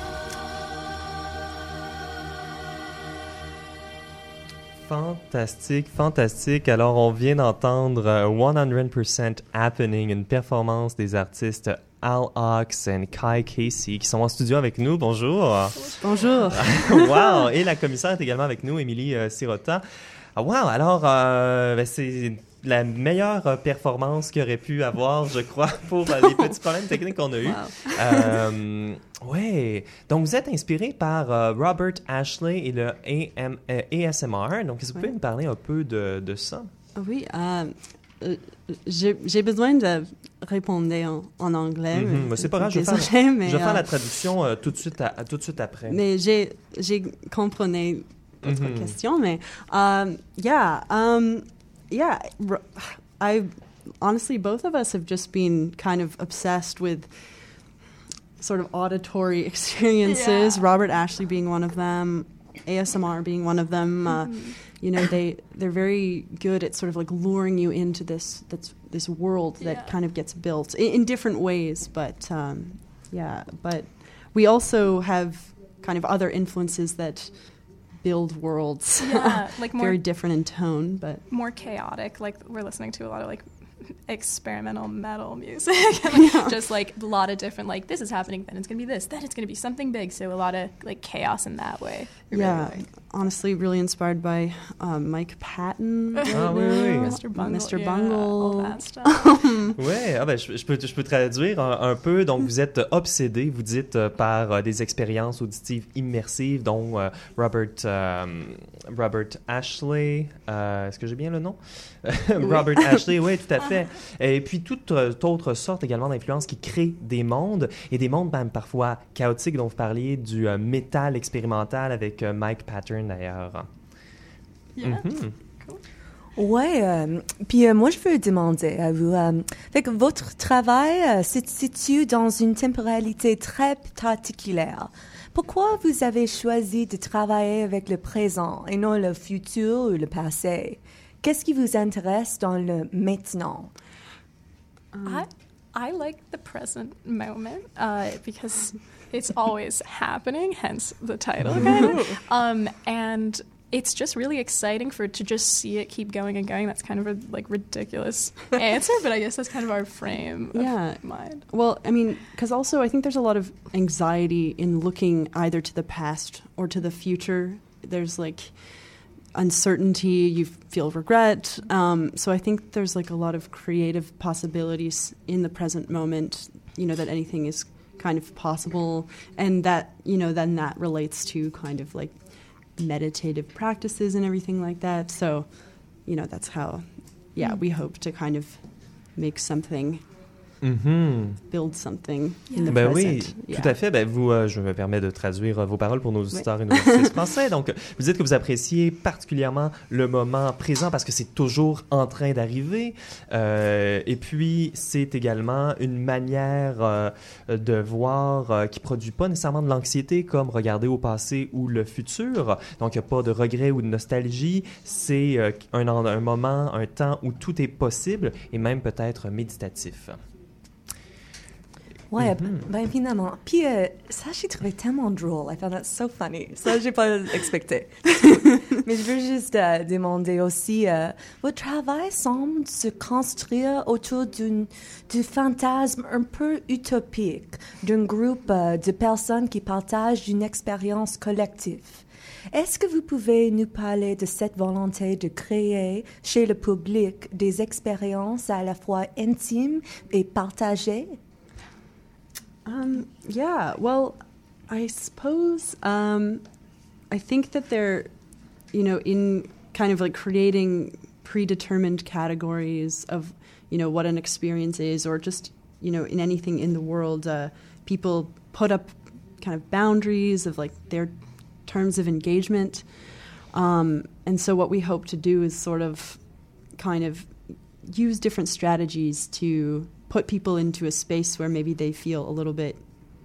Fantastique, fantastique. Alors, on vient d'entendre euh, one hundred percent Happening, une performance des artistes Al Hawks et Kai Casey qui sont en studio avec nous. Bonjour. Bonjour. Wow! Et la commissaire est également avec nous, Émilie euh, Sirota. Ah, wow! Alors, euh, ben, c'est la meilleure performance qu'il aurait pu avoir, je crois, pour euh, les petits problèmes techniques qu'on a eus. Wow. Euh, ouais. Donc, vous êtes inspiré par euh, Robert Ashley et le A M, euh, A S M R. Donc, est-ce que vous pouvez Ouais. me parler un peu de, de ça? Oui, euh, euh, j'ai j'ai besoin de répondre en, en anglais. Mhm. mais- Mais c'est pas grave, je vais désolée, faire, mais, je vais faire euh, la traduction euh, tout, de suite à, à- tout de suite après. Mais j'ai j'ai compris votre Mhm. question, mais um, yeah, um, yeah, r- I honestly both of us have just been kind of obsessed with sort of auditory experiences. Yeah. Robert Ashley being one of them, A S M R being one of them. Uh, you know, they they're very good at sort of like luring you into this that's this world that Yeah. kind of gets built in, in different ways. But um, yeah, but we also have kind of other influences that build worlds. Yeah, like more very different in tone, but more chaotic. Like we're listening to a lot of like experimental metal music, and, like, just like a lot of different like this is happening, then it's gonna be this, then it's gonna be something big. So a lot of like chaos in that way. I really yeah, like. honestly, really inspired by um, Mike Patton. right Ah, oui, now. oui. Mister Bungle, Mister yeah, Bungle. all that stuff. Oui, ah ben, je, je peux, je peux traduire un, un peu. Donc, vous êtes obsédé, vous dites, euh, par euh, des expériences auditives immersives, dont euh, Robert, euh, Robert Ashley. Euh, est-ce que j'ai bien le nom? Robert Ashley, oui, tout à fait. Et puis, toute euh, autre sorte également d'influences qui créent des mondes, et des mondes même parfois chaotiques, dont vous parliez du euh, métal expérimental avec euh, Mike Patton, d'ailleurs. Yeah. Mhm. Ouais, euh, puis euh, moi je veux demander à vous, euh, fait que votre travail euh, se situe dans une temporalité très particulière. Pourquoi vous avez choisi de travailler avec le présent et non le futur ou le passé? Qu'est-ce qui vous intéresse dans le maintenant? I I like the present moment uh, because it's always happening, hence the title. Kind of. Um, and it's just really exciting for to just see it keep going and going. That's kind of a like ridiculous answer, but I guess that's kind of our frame of Yeah. mind. Well, I mean, because also I think there's a lot of anxiety in looking either to the past or to the future. There's like uncertainty, you feel regret. Um, so I think there's like a lot of creative possibilities in the present moment, you know, that anything is kind of possible. And that, you know, then that relates to kind of like meditative practices and everything like that. So, you know, that's how, yeah, we hope to kind of make something, mm-hmm. build something yeah. in the ben present. Oui, yeah. tout à fait. Ben vous, euh, je me permets de traduire euh, vos paroles pour nos auditeurs oui. et nos auditrices français. Donc, vous dites que vous appréciez particulièrement le moment présent parce que c'est toujours en train d'arriver. Euh, et puis, c'est également une manière euh, de voir euh, qui produit pas nécessairement de l'anxiété comme regarder au passé ou le futur. Donc, il n'y a pas de regret ou de nostalgie. C'est euh, un, un moment, un temps où tout est possible et même peut-être méditatif. Ouais, mm-hmm. ben évidemment. Puis euh, ça, j'ai trouvé tellement drôle. I found that so funny. Ça, j'ai pas expecté. Mais je veux juste euh, demander aussi, euh, votre travail semble se construire autour d'une, du fantasme un peu utopique d'un groupe euh, de personnes qui partagent une expérience collective. Est-ce que vous pouvez nous parler de cette volonté de créer chez le public des expériences à la fois intimes et partagées? Um, yeah, well, I suppose um, I think that they're, you know, in kind of like creating predetermined categories of, you know, what an experience is, or just, you know, in anything in the world, uh, people put up kind of boundaries of like their terms of engagement. Um, and so what we hope to do is sort of kind of use different strategies to put people into a space where maybe they feel a little bit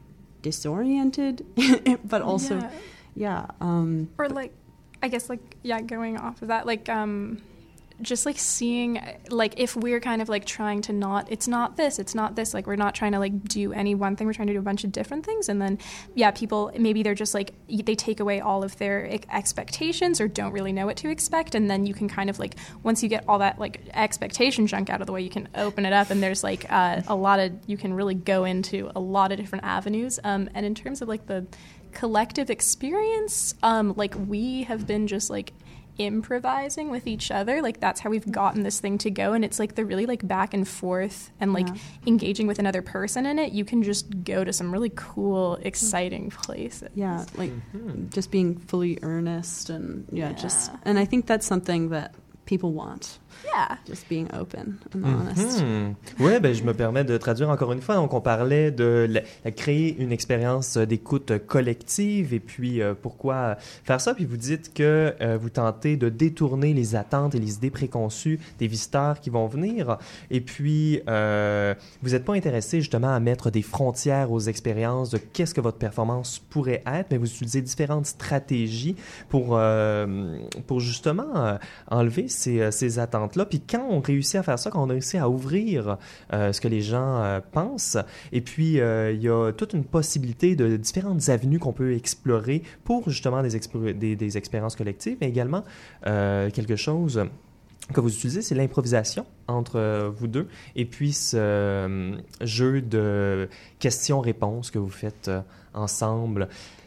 disoriented, but also, yeah, yeah um, or like, I guess like, yeah, going off of that, like, um, just like seeing, like, if we're kind of like trying to not, it's not this, it's not this, like, we're not trying to like do any one thing, we're trying to do a bunch of different things. And then, yeah, people, maybe they're just like, they take away all of their expectations or don't really know what to expect. And then you can kind of like, once you get all that like expectation junk out of the way, you can open it up and there's like uh, a lot of, you can really go into a lot of different avenues. Um, and in terms of like the collective experience, um, like we have been just like, improvising with each other, like that's how we've gotten this thing to go, and it's like the really like back and forth and like yeah. engaging with another person in it, you can just go to some really cool, exciting places. Yeah, like mm-hmm. just being fully earnest and yeah, yeah, just and I think that's something that people want. Yeah. Just being open and honest. Mm-hmm. Oui, ben, je me permets de traduire encore une fois. Donc, on parlait de la, la créer une expérience d'écoute collective et puis euh, pourquoi faire ça. Puis vous dites que euh, vous tentez de détourner les attentes et les idées préconçues des visiteurs qui vont venir. Et puis, euh, vous n'êtes pas intéressé justement à mettre des frontières aux expériences de qu'est-ce que votre performance pourrait être, mais vous utilisez différentes stratégies pour, euh, pour justement euh, enlever ces, ces attentes-là. Puis quand on réussit à faire ça, quand on réussit à ouvrir euh, ce que les gens euh, pensent, et puis euh, il y a toute une possibilité de différentes avenues qu'on peut explorer pour justement des, exp- des, des expériences collectives, mais également euh, quelque chose que vous utilisez, c'est l'improvisation entre euh, vous deux, et puis ce euh, jeu de questions-réponses que vous faites euh, ensemble.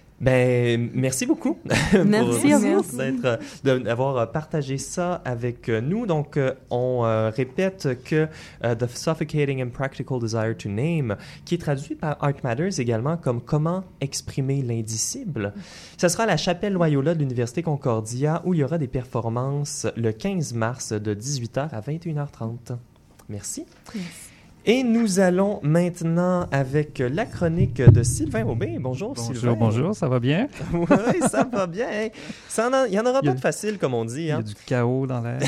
Ben, merci beaucoup merci pour, à vous. d'être, d'avoir partagé ça avec nous. Donc, on euh, répète que uh, The Suffocating and Practical Desire to Name, qui est traduit par Art Matters également comme « Comment exprimer l'indicible ». Ce sera à la Chapelle Loyola de l'Université Concordia où il y aura des performances le quinze mars de dix-huit heures à vingt et une heures trente. Merci. Merci. Et nous allons maintenant avec la chronique de Sylvain Aubin. Bonjour, bonjour Sylvain. Bonjour, ça va bien? Oui, ça va bien. Ça en a, il n'y en aura il pas de facile, comme on dit. Il y a hein? du chaos dans l'air.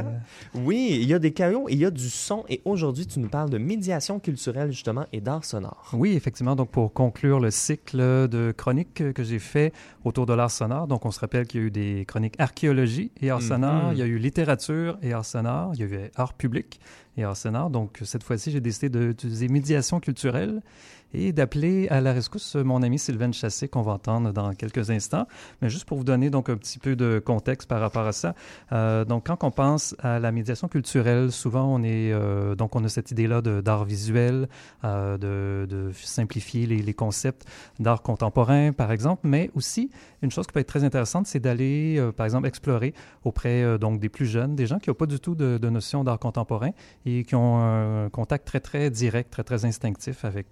Oui, il y a des chaos et il y a du son. Et aujourd'hui, tu nous parles de médiation culturelle, justement, et d'art sonore. Oui, effectivement. Donc, pour conclure le cycle de chroniques que j'ai fait autour de l'art sonore, donc on se rappelle qu'il y a eu des chroniques archéologie et art sonore, mm-hmm. il y a eu littérature et art sonore, il y a eu art public et art sonore. Donc, cette fois-ci, j'ai décidé d'utiliser médiation culturelle et d'appeler à la rescousse mon amie Sylvaine Chassé, qu'on va entendre dans quelques instants. Mais juste pour vous donner donc un petit peu de contexte par rapport à ça. Euh, donc, quand on pense à la médiation culturelle, souvent, on est euh, donc on a cette idée-là de, d'art visuel, euh, de, de simplifier les, les concepts d'art contemporain, par exemple. Mais aussi, une chose qui peut être très intéressante, c'est d'aller, euh, par exemple, explorer auprès euh, donc des plus jeunes, des gens qui n'ont pas du tout de, de notion d'art contemporain et qui ont un contact très, très direct, très, très instinctif avec, euh,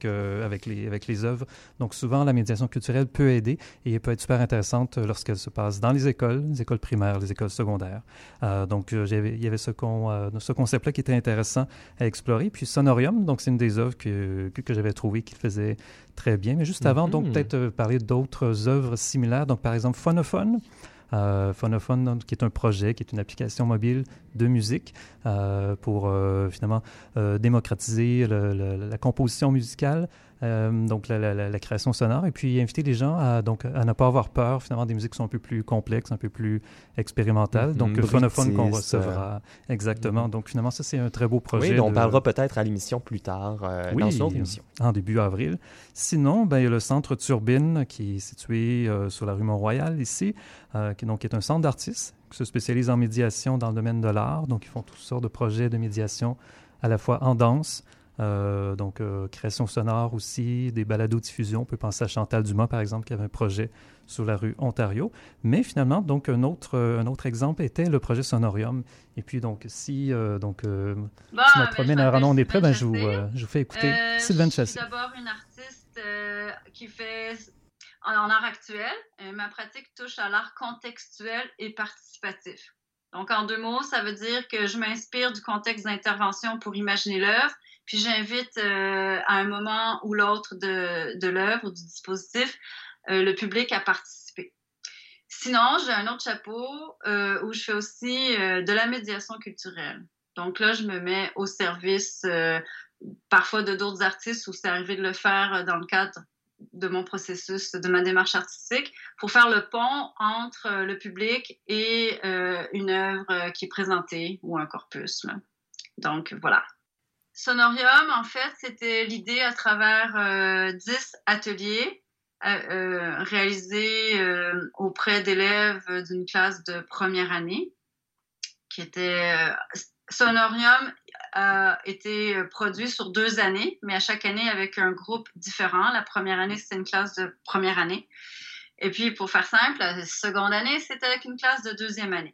avec les, avec les œuvres. Donc souvent, la médiation culturelle peut aider et peut être super intéressante lorsqu'elle se passe dans les écoles, les écoles primaires, les écoles secondaires. Euh, donc euh, j'avais, il y avait ce, con, euh, ce concept-là qui était intéressant à explorer. Puis Sonorium, donc c'est une des œuvres que, que, que j'avais trouvé qui le faisait très bien. Mais juste avant, mm-hmm. donc peut-être euh, parler d'autres œuvres similaires. Donc par exemple, Phonophone. Euh, Phonophone, donc, qui est un projet, qui est une application mobile de musique euh, pour euh, finalement euh, démocratiser le, le, la composition musicale, euh, donc la, la, la création sonore, et puis inviter les gens à, donc, à ne pas avoir peur finalement des musiques qui sont un peu plus complexes, un peu plus expérimentales. Donc mmh, Phonophone qu'on recevra. Euh... Exactement. Mmh. Donc finalement, ça c'est un très beau projet. Oui, on de... parlera peut-être à l'émission plus tard, euh, oui, dans une autre émission. En début avril. Sinon, ben, il y a le Centre Turbine qui est situé euh, sur la rue Mont-Royal ici, euh, qui, donc, qui est un centre d'artistes qui se spécialise en médiation dans le domaine de l'art. Donc, ils font toutes sortes de projets de médiation à la fois en danse, euh, donc euh, création sonore aussi, des balados-diffusion. On peut penser à Chantal Dumas, par exemple, qui avait un projet sur la rue Ontario. Mais finalement, donc, un autre, un autre exemple était le projet Sonorium. Et puis, donc, si, euh, donc, euh, bon, si notre premier on est prêt, ben, je, vous, euh, je vous fais écouter euh, Sylvaine Chassé. Je suis d'abord une artiste euh, qui fait... En, en art actuel, euh, ma pratique touche à l'art contextuel et participatif. Donc, en deux mots, ça veut dire que je m'inspire du contexte d'intervention pour imaginer l'œuvre, puis j'invite euh, à un moment ou l'autre de, de l'œuvre ou du dispositif euh, le public à participer. Sinon, j'ai un autre chapeau euh, où je fais aussi euh, de la médiation culturelle. Donc là, je me mets au service euh, parfois de d'autres artistes où c'est arrivé de le faire dans le cadre de mon processus, de ma démarche artistique, pour faire le pont entre euh, le public et euh, une œuvre qui est présentée ou un corpus. Là. Donc, voilà. Sonorium, en fait, c'était l'idée à travers euh, dix ateliers euh, euh, réalisés euh, auprès d'élèves d'une classe de première année, qui était... Euh, Sonorium a été produit sur deux années, mais à chaque année avec un groupe différent. La première année, c'était une classe de première année. Et puis, pour faire simple, la seconde année, c'était avec une classe de deuxième année.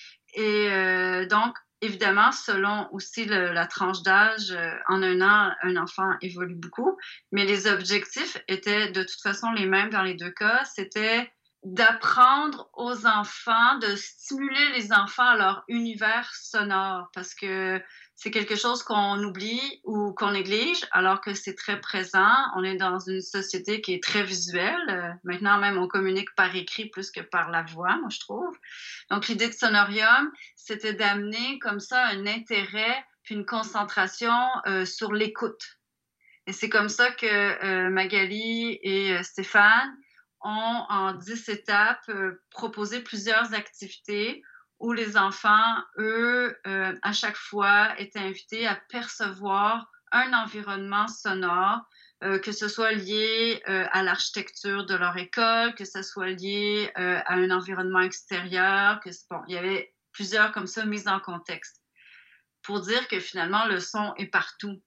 Et euh, donc, évidemment, selon aussi le, la tranche d'âge, euh, en un an, un enfant évolue beaucoup, mais les objectifs étaient de toute façon les mêmes dans les deux cas. C'était d'apprendre aux enfants, de stimuler les enfants à leur univers sonore, parce que c'est quelque chose qu'on oublie ou qu'on néglige, alors que c'est très présent. On est dans une société qui est très visuelle. Euh, maintenant, même, on communique par écrit plus que par la voix, moi, je trouve. Donc, l'idée de Sonorium, c'était d'amener comme ça un intérêt puis une concentration euh, sur l'écoute. Et c'est comme ça que euh, Magali et euh, Stéphane ont, en dix étapes, euh, proposé plusieurs activités où les enfants, eux, euh, à chaque fois, étaient invités à percevoir un environnement sonore, euh, que ce soit lié euh, à l'architecture de leur école, que ce soit lié euh, à un environnement extérieur, que bon, il y avait plusieurs comme ça mises en contexte, pour dire que finalement, le son est partout.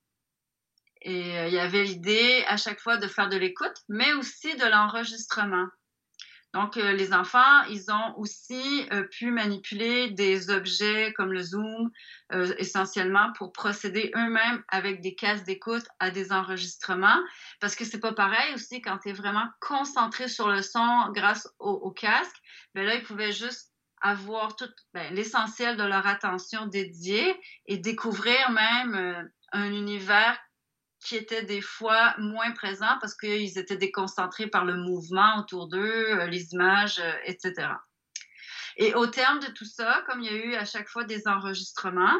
Et euh, il y avait l'idée à chaque fois de faire de l'écoute, mais aussi de l'enregistrement. Donc, euh, les enfants, ils ont aussi euh, pu manipuler des objets comme le Zoom, euh, essentiellement pour procéder eux-mêmes avec des casques d'écoute à des enregistrements, parce que c'est pas pareil aussi quand tu es vraiment concentré sur le son grâce au, au casque. Ben là, ils pouvaient juste avoir tout ben, l'essentiel de leur attention dédiée et découvrir même euh, un univers qui étaient des fois moins présents parce qu'ils étaient déconcentrés par le mouvement autour d'eux, les images, et cetera. Et au terme de tout ça, comme il y a eu à chaque fois des enregistrements,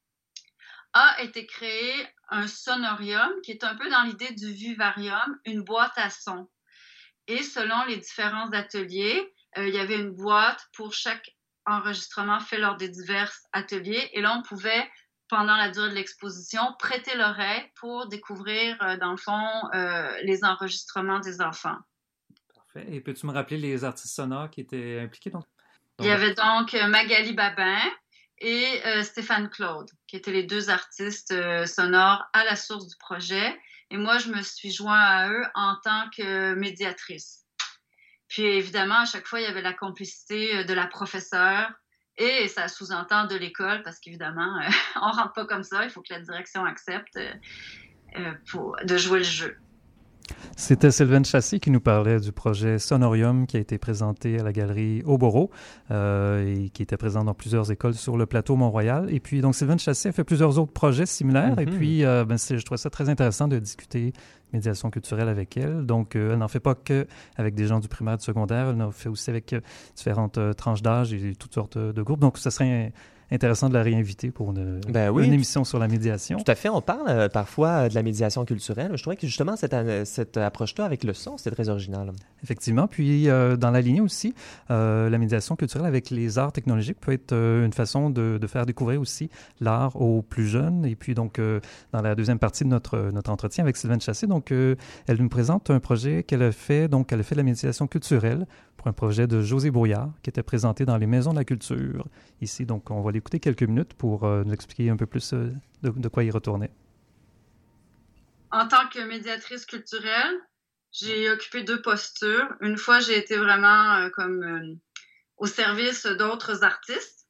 a été créé un sonorium qui est un peu dans l'idée du vivarium, une boîte à son. Et selon les différents ateliers, euh, il y avait une boîte pour chaque enregistrement fait lors des divers ateliers. Et là, on pouvait pendant la durée de l'exposition, prêter l'oreille pour découvrir, euh, dans le fond, euh, les enregistrements des enfants. Parfait. Et peux-tu me rappeler les artistes sonores qui étaient impliqués? Donc? Il y avait donc Magali Babin et euh, Stéphane Claude, qui étaient les deux artistes euh, sonores à la source du projet. Et moi, je me suis joint à eux en tant que médiatrice. Puis, évidemment, à chaque fois, il y avait la complicité de la professeure. Et ça sous-entend de l'école, parce qu'évidemment, euh, on rentre pas comme ça. Il faut que la direction accepte euh, pour, de jouer le jeu. C'était Sylvaine Chassé qui nous parlait du projet Sonorium qui a été présenté à la galerie Oboro euh, et qui était présent dans plusieurs écoles sur le plateau Mont-Royal. Et puis, donc, Sylvaine Chassé a fait plusieurs autres projets similaires. Mm-hmm. Et puis, euh, ben, c'est, je trouvais ça très intéressant de discuter médiation culturelle avec elle. Donc, euh, elle n'en fait pas que avec des gens du primaire et du secondaire. Elle en fait aussi avec euh, différentes euh, tranches d'âge et toutes sortes de groupes. Donc, ça serait intéressant de la réinviter pour une, ben oui, une émission sur la médiation. Tout à fait. On parle euh, parfois euh, de la médiation culturelle. Je trouvais que justement, cette, euh, cette approche-là avec le son, c'est très original. Effectivement. Puis, euh, dans la lignée aussi, euh, la médiation culturelle avec les arts technologiques peut être euh, une façon de, de faire découvrir aussi l'art aux plus jeunes. Et puis, donc, euh, dans la deuxième partie de notre, notre entretien avec Sylvaine Chassé, donc, euh, elle nous présente un projet qu'elle a fait. Donc, elle a fait de la médiation culturelle pour un projet de José Brouillard qui était présenté dans les Maisons de la Culture ici. Donc, on va l'écouter quelques minutes pour euh, nous expliquer un peu plus euh, de, de quoi il retournait. En tant que médiatrice culturelle, j'ai occupé deux postures. Une fois, j'ai été vraiment euh, comme euh, au service d'autres artistes.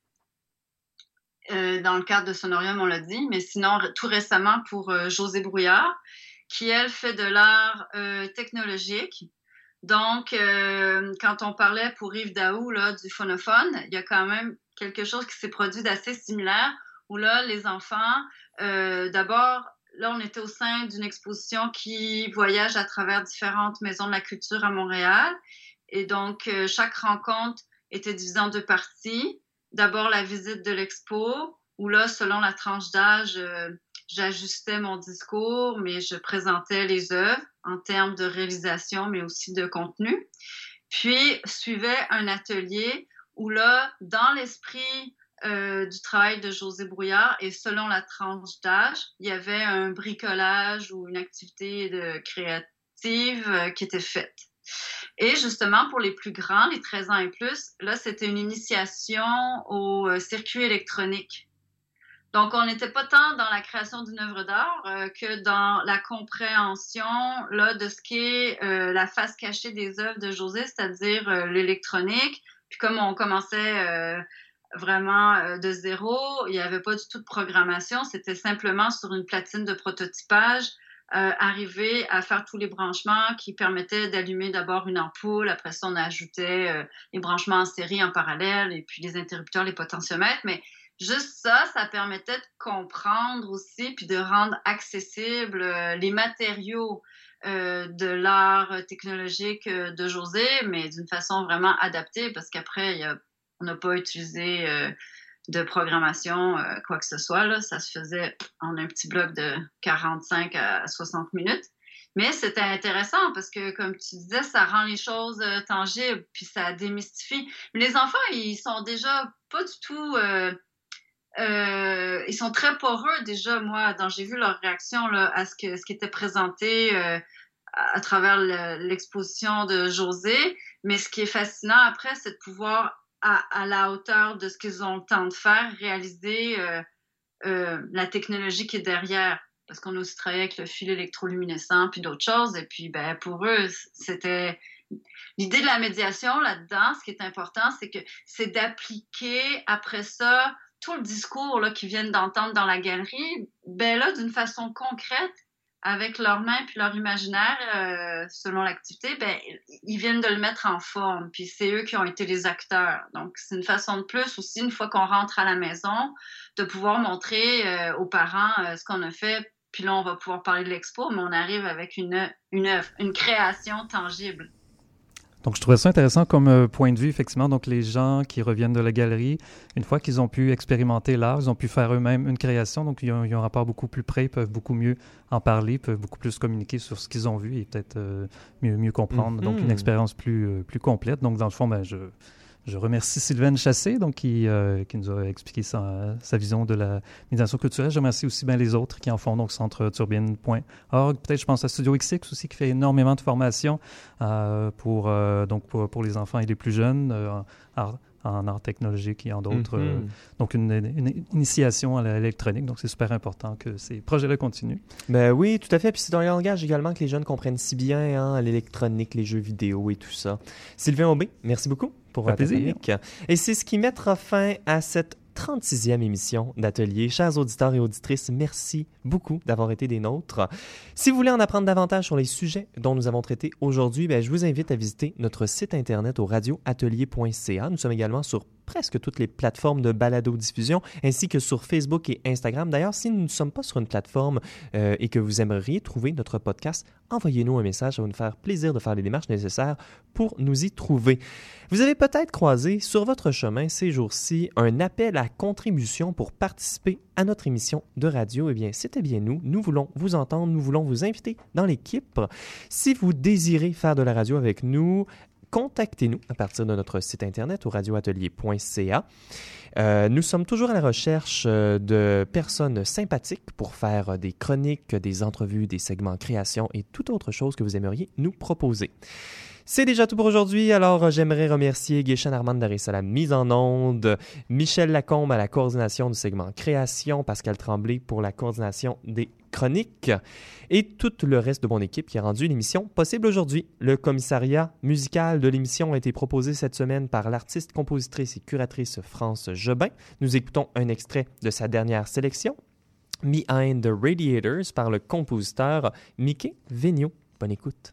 Euh, dans le cadre de Sonorium, on l'a dit, mais sinon, tout récemment pour euh, José Brouillard, qui, elle, fait de l'art euh, technologique. Donc, euh, quand on parlait pour Yves Daou là, du phonophone, il y a quand même quelque chose qui s'est produit d'assez similaire, où là, les enfants, euh, d'abord, là, on était au sein d'une exposition qui voyage à travers différentes maisons de la culture à Montréal. Et donc, euh, chaque rencontre était divisée en deux parties. D'abord, la visite de l'expo, où là, selon la tranche d'âge, euh, j'ajustais mon discours, mais je présentais les œuvres en termes de réalisation, mais aussi de contenu. Puis, suivait un atelier où là, dans l'esprit euh, du travail de José Brouillard et selon la tranche d'âge, il y avait un bricolage ou une activité de créative euh, qui était faite. Et justement, pour les plus grands, les treize ans et plus, là, c'était une initiation au euh, circuit électronique. Donc, on n'était pas tant dans la création d'une œuvre d'art euh, que dans la compréhension là, de ce qu'est euh, la face cachée des œuvres de José, c'est-à-dire euh, l'électronique. Puis comme on commençait euh, vraiment euh, de zéro, il n'y avait pas du tout de programmation, c'était simplement sur une platine de prototypage, euh, arriver à faire tous les branchements qui permettaient d'allumer d'abord une ampoule, après ça on ajoutait euh, les branchements en série en parallèle, et puis les interrupteurs, les potentiomètres, mais juste ça, ça permettait de comprendre aussi, puis de rendre accessibles euh, les matériaux euh, de l'art technologique euh, de José, mais d'une façon vraiment adaptée, parce qu'après, y a, on n'a pas utilisé euh, de programmation, euh, quoi que ce soit. Là. Ça se faisait en un petit bloc de quarante-cinq à soixante minutes. Mais c'était intéressant parce que, comme tu disais, ça rend les choses euh, tangibles, puis ça démystifie. Mais les enfants, ils sont déjà pas du tout... Euh, Euh, ils sont très poreux déjà, moi, quand j'ai vu leur réaction là, à ce, que, ce qui était présenté euh, à, à travers le, l'exposition de José. Mais ce qui est fascinant après, c'est de pouvoir, à, à la hauteur de ce qu'ils ont le temps de faire, réaliser euh, euh, la technologie qui est derrière. Parce qu'on a aussi travaillé avec le fil électroluminescent puis d'autres choses. Et puis, ben, pour eux, c'était... L'idée de la médiation là-dedans, ce qui est important, c'est que c'est d'appliquer après ça tout le discours là, qu'ils viennent d'entendre dans la galerie, ben là, d'une façon concrète, avec leurs mains puis leur imaginaire, euh, selon l'activité, ben ils viennent de le mettre en forme. Puis c'est eux qui ont été les acteurs. Donc, c'est une façon de plus aussi, une fois qu'on rentre à la maison, de pouvoir montrer euh, aux parents euh, ce qu'on a fait. Puis là, on va pouvoir parler de l'expo, mais on arrive avec une, une œuvre, une création tangible. Donc, je trouvais ça intéressant comme euh, point de vue, effectivement. Donc, les gens qui reviennent de la galerie, une fois qu'ils ont pu expérimenter l'art, ils ont pu faire eux-mêmes une création. Donc, ils ont, ils ont un rapport beaucoup plus près, ils peuvent beaucoup mieux en parler, peuvent beaucoup plus communiquer sur ce qu'ils ont vu et peut-être euh, mieux, mieux comprendre. Mm-hmm. Donc, une expérience plus, euh, plus complète. Donc, dans le fond, ben, je... Je remercie Sylvaine Chassé, donc, qui, euh, qui nous a expliqué sa, sa vision de la médiation culturelle. Je remercie aussi bien les autres qui en font, donc centre turbine point org. Peut-être, je pense à Studio X X aussi, qui fait énormément de formations euh, pour, euh, donc pour, pour les enfants et les plus jeunes euh, en, art, en art technologique et en d'autres. Mm-hmm. Euh, donc, une, une initiation à l'électronique. Donc, c'est super important que ces projets-là continuent. Ben oui, tout à fait. Puis c'est dans le langage également que les jeunes comprennent si bien hein, l'électronique, les jeux vidéo et tout ça. Sylvain Aubé, merci beaucoup pour votre chronique. Et c'est ce qui mettra fin à cette trente-sixième émission d'Atelier. Chers auditeurs et auditrices, merci beaucoup d'avoir été des nôtres. Si vous voulez en apprendre davantage sur les sujets dont nous avons traité aujourd'hui, bien, je vous invite à visiter notre site internet au radio atelier point c a. Nous sommes également sur presque toutes les plateformes de balado-diffusion, ainsi que sur Facebook et Instagram. D'ailleurs, si nous ne sommes pas sur une plateforme euh, et que vous aimeriez trouver notre podcast, envoyez-nous un message, ça va nous faire plaisir de faire les démarches nécessaires pour nous y trouver. Vous avez peut-être croisé sur votre chemin ces jours-ci un appel à contribution pour participer à notre émission de radio. Eh bien, c'était bien nous. Nous voulons vous entendre, nous voulons vous inviter dans l'équipe. Si vous désirez faire de la radio avec nous, contactez-nous à partir de notre site internet au radio atelier point c a. Euh, nous sommes toujours à la recherche euh, de personnes sympathiques pour faire des chroniques, des entrevues, des segments création et toute autre chose que vous aimeriez nous proposer. C'est déjà tout pour aujourd'hui, alors j'aimerais remercier Guéchen Armand Darissa à la mise en onde, Michel Lacombe à la coordination du segment création, Pascal Tremblay pour la coordination des chroniques et tout le reste de mon équipe qui a rendu l'émission possible aujourd'hui. Le commissariat musical de l'émission a été proposé cette semaine par l'artiste, compositrice et curatrice France Jobin. Nous écoutons un extrait de sa dernière sélection, Behind the Radiators, par le compositeur Mickey Vigneault. Bonne écoute.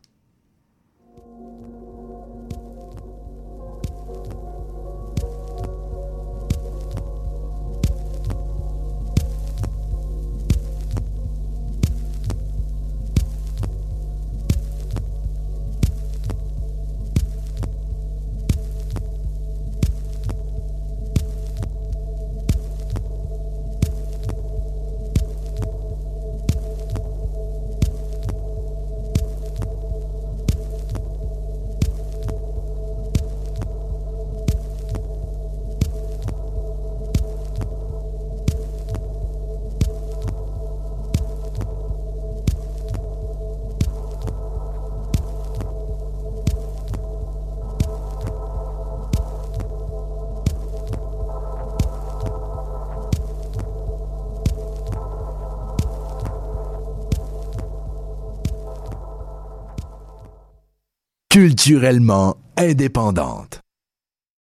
Culturellement indépendante.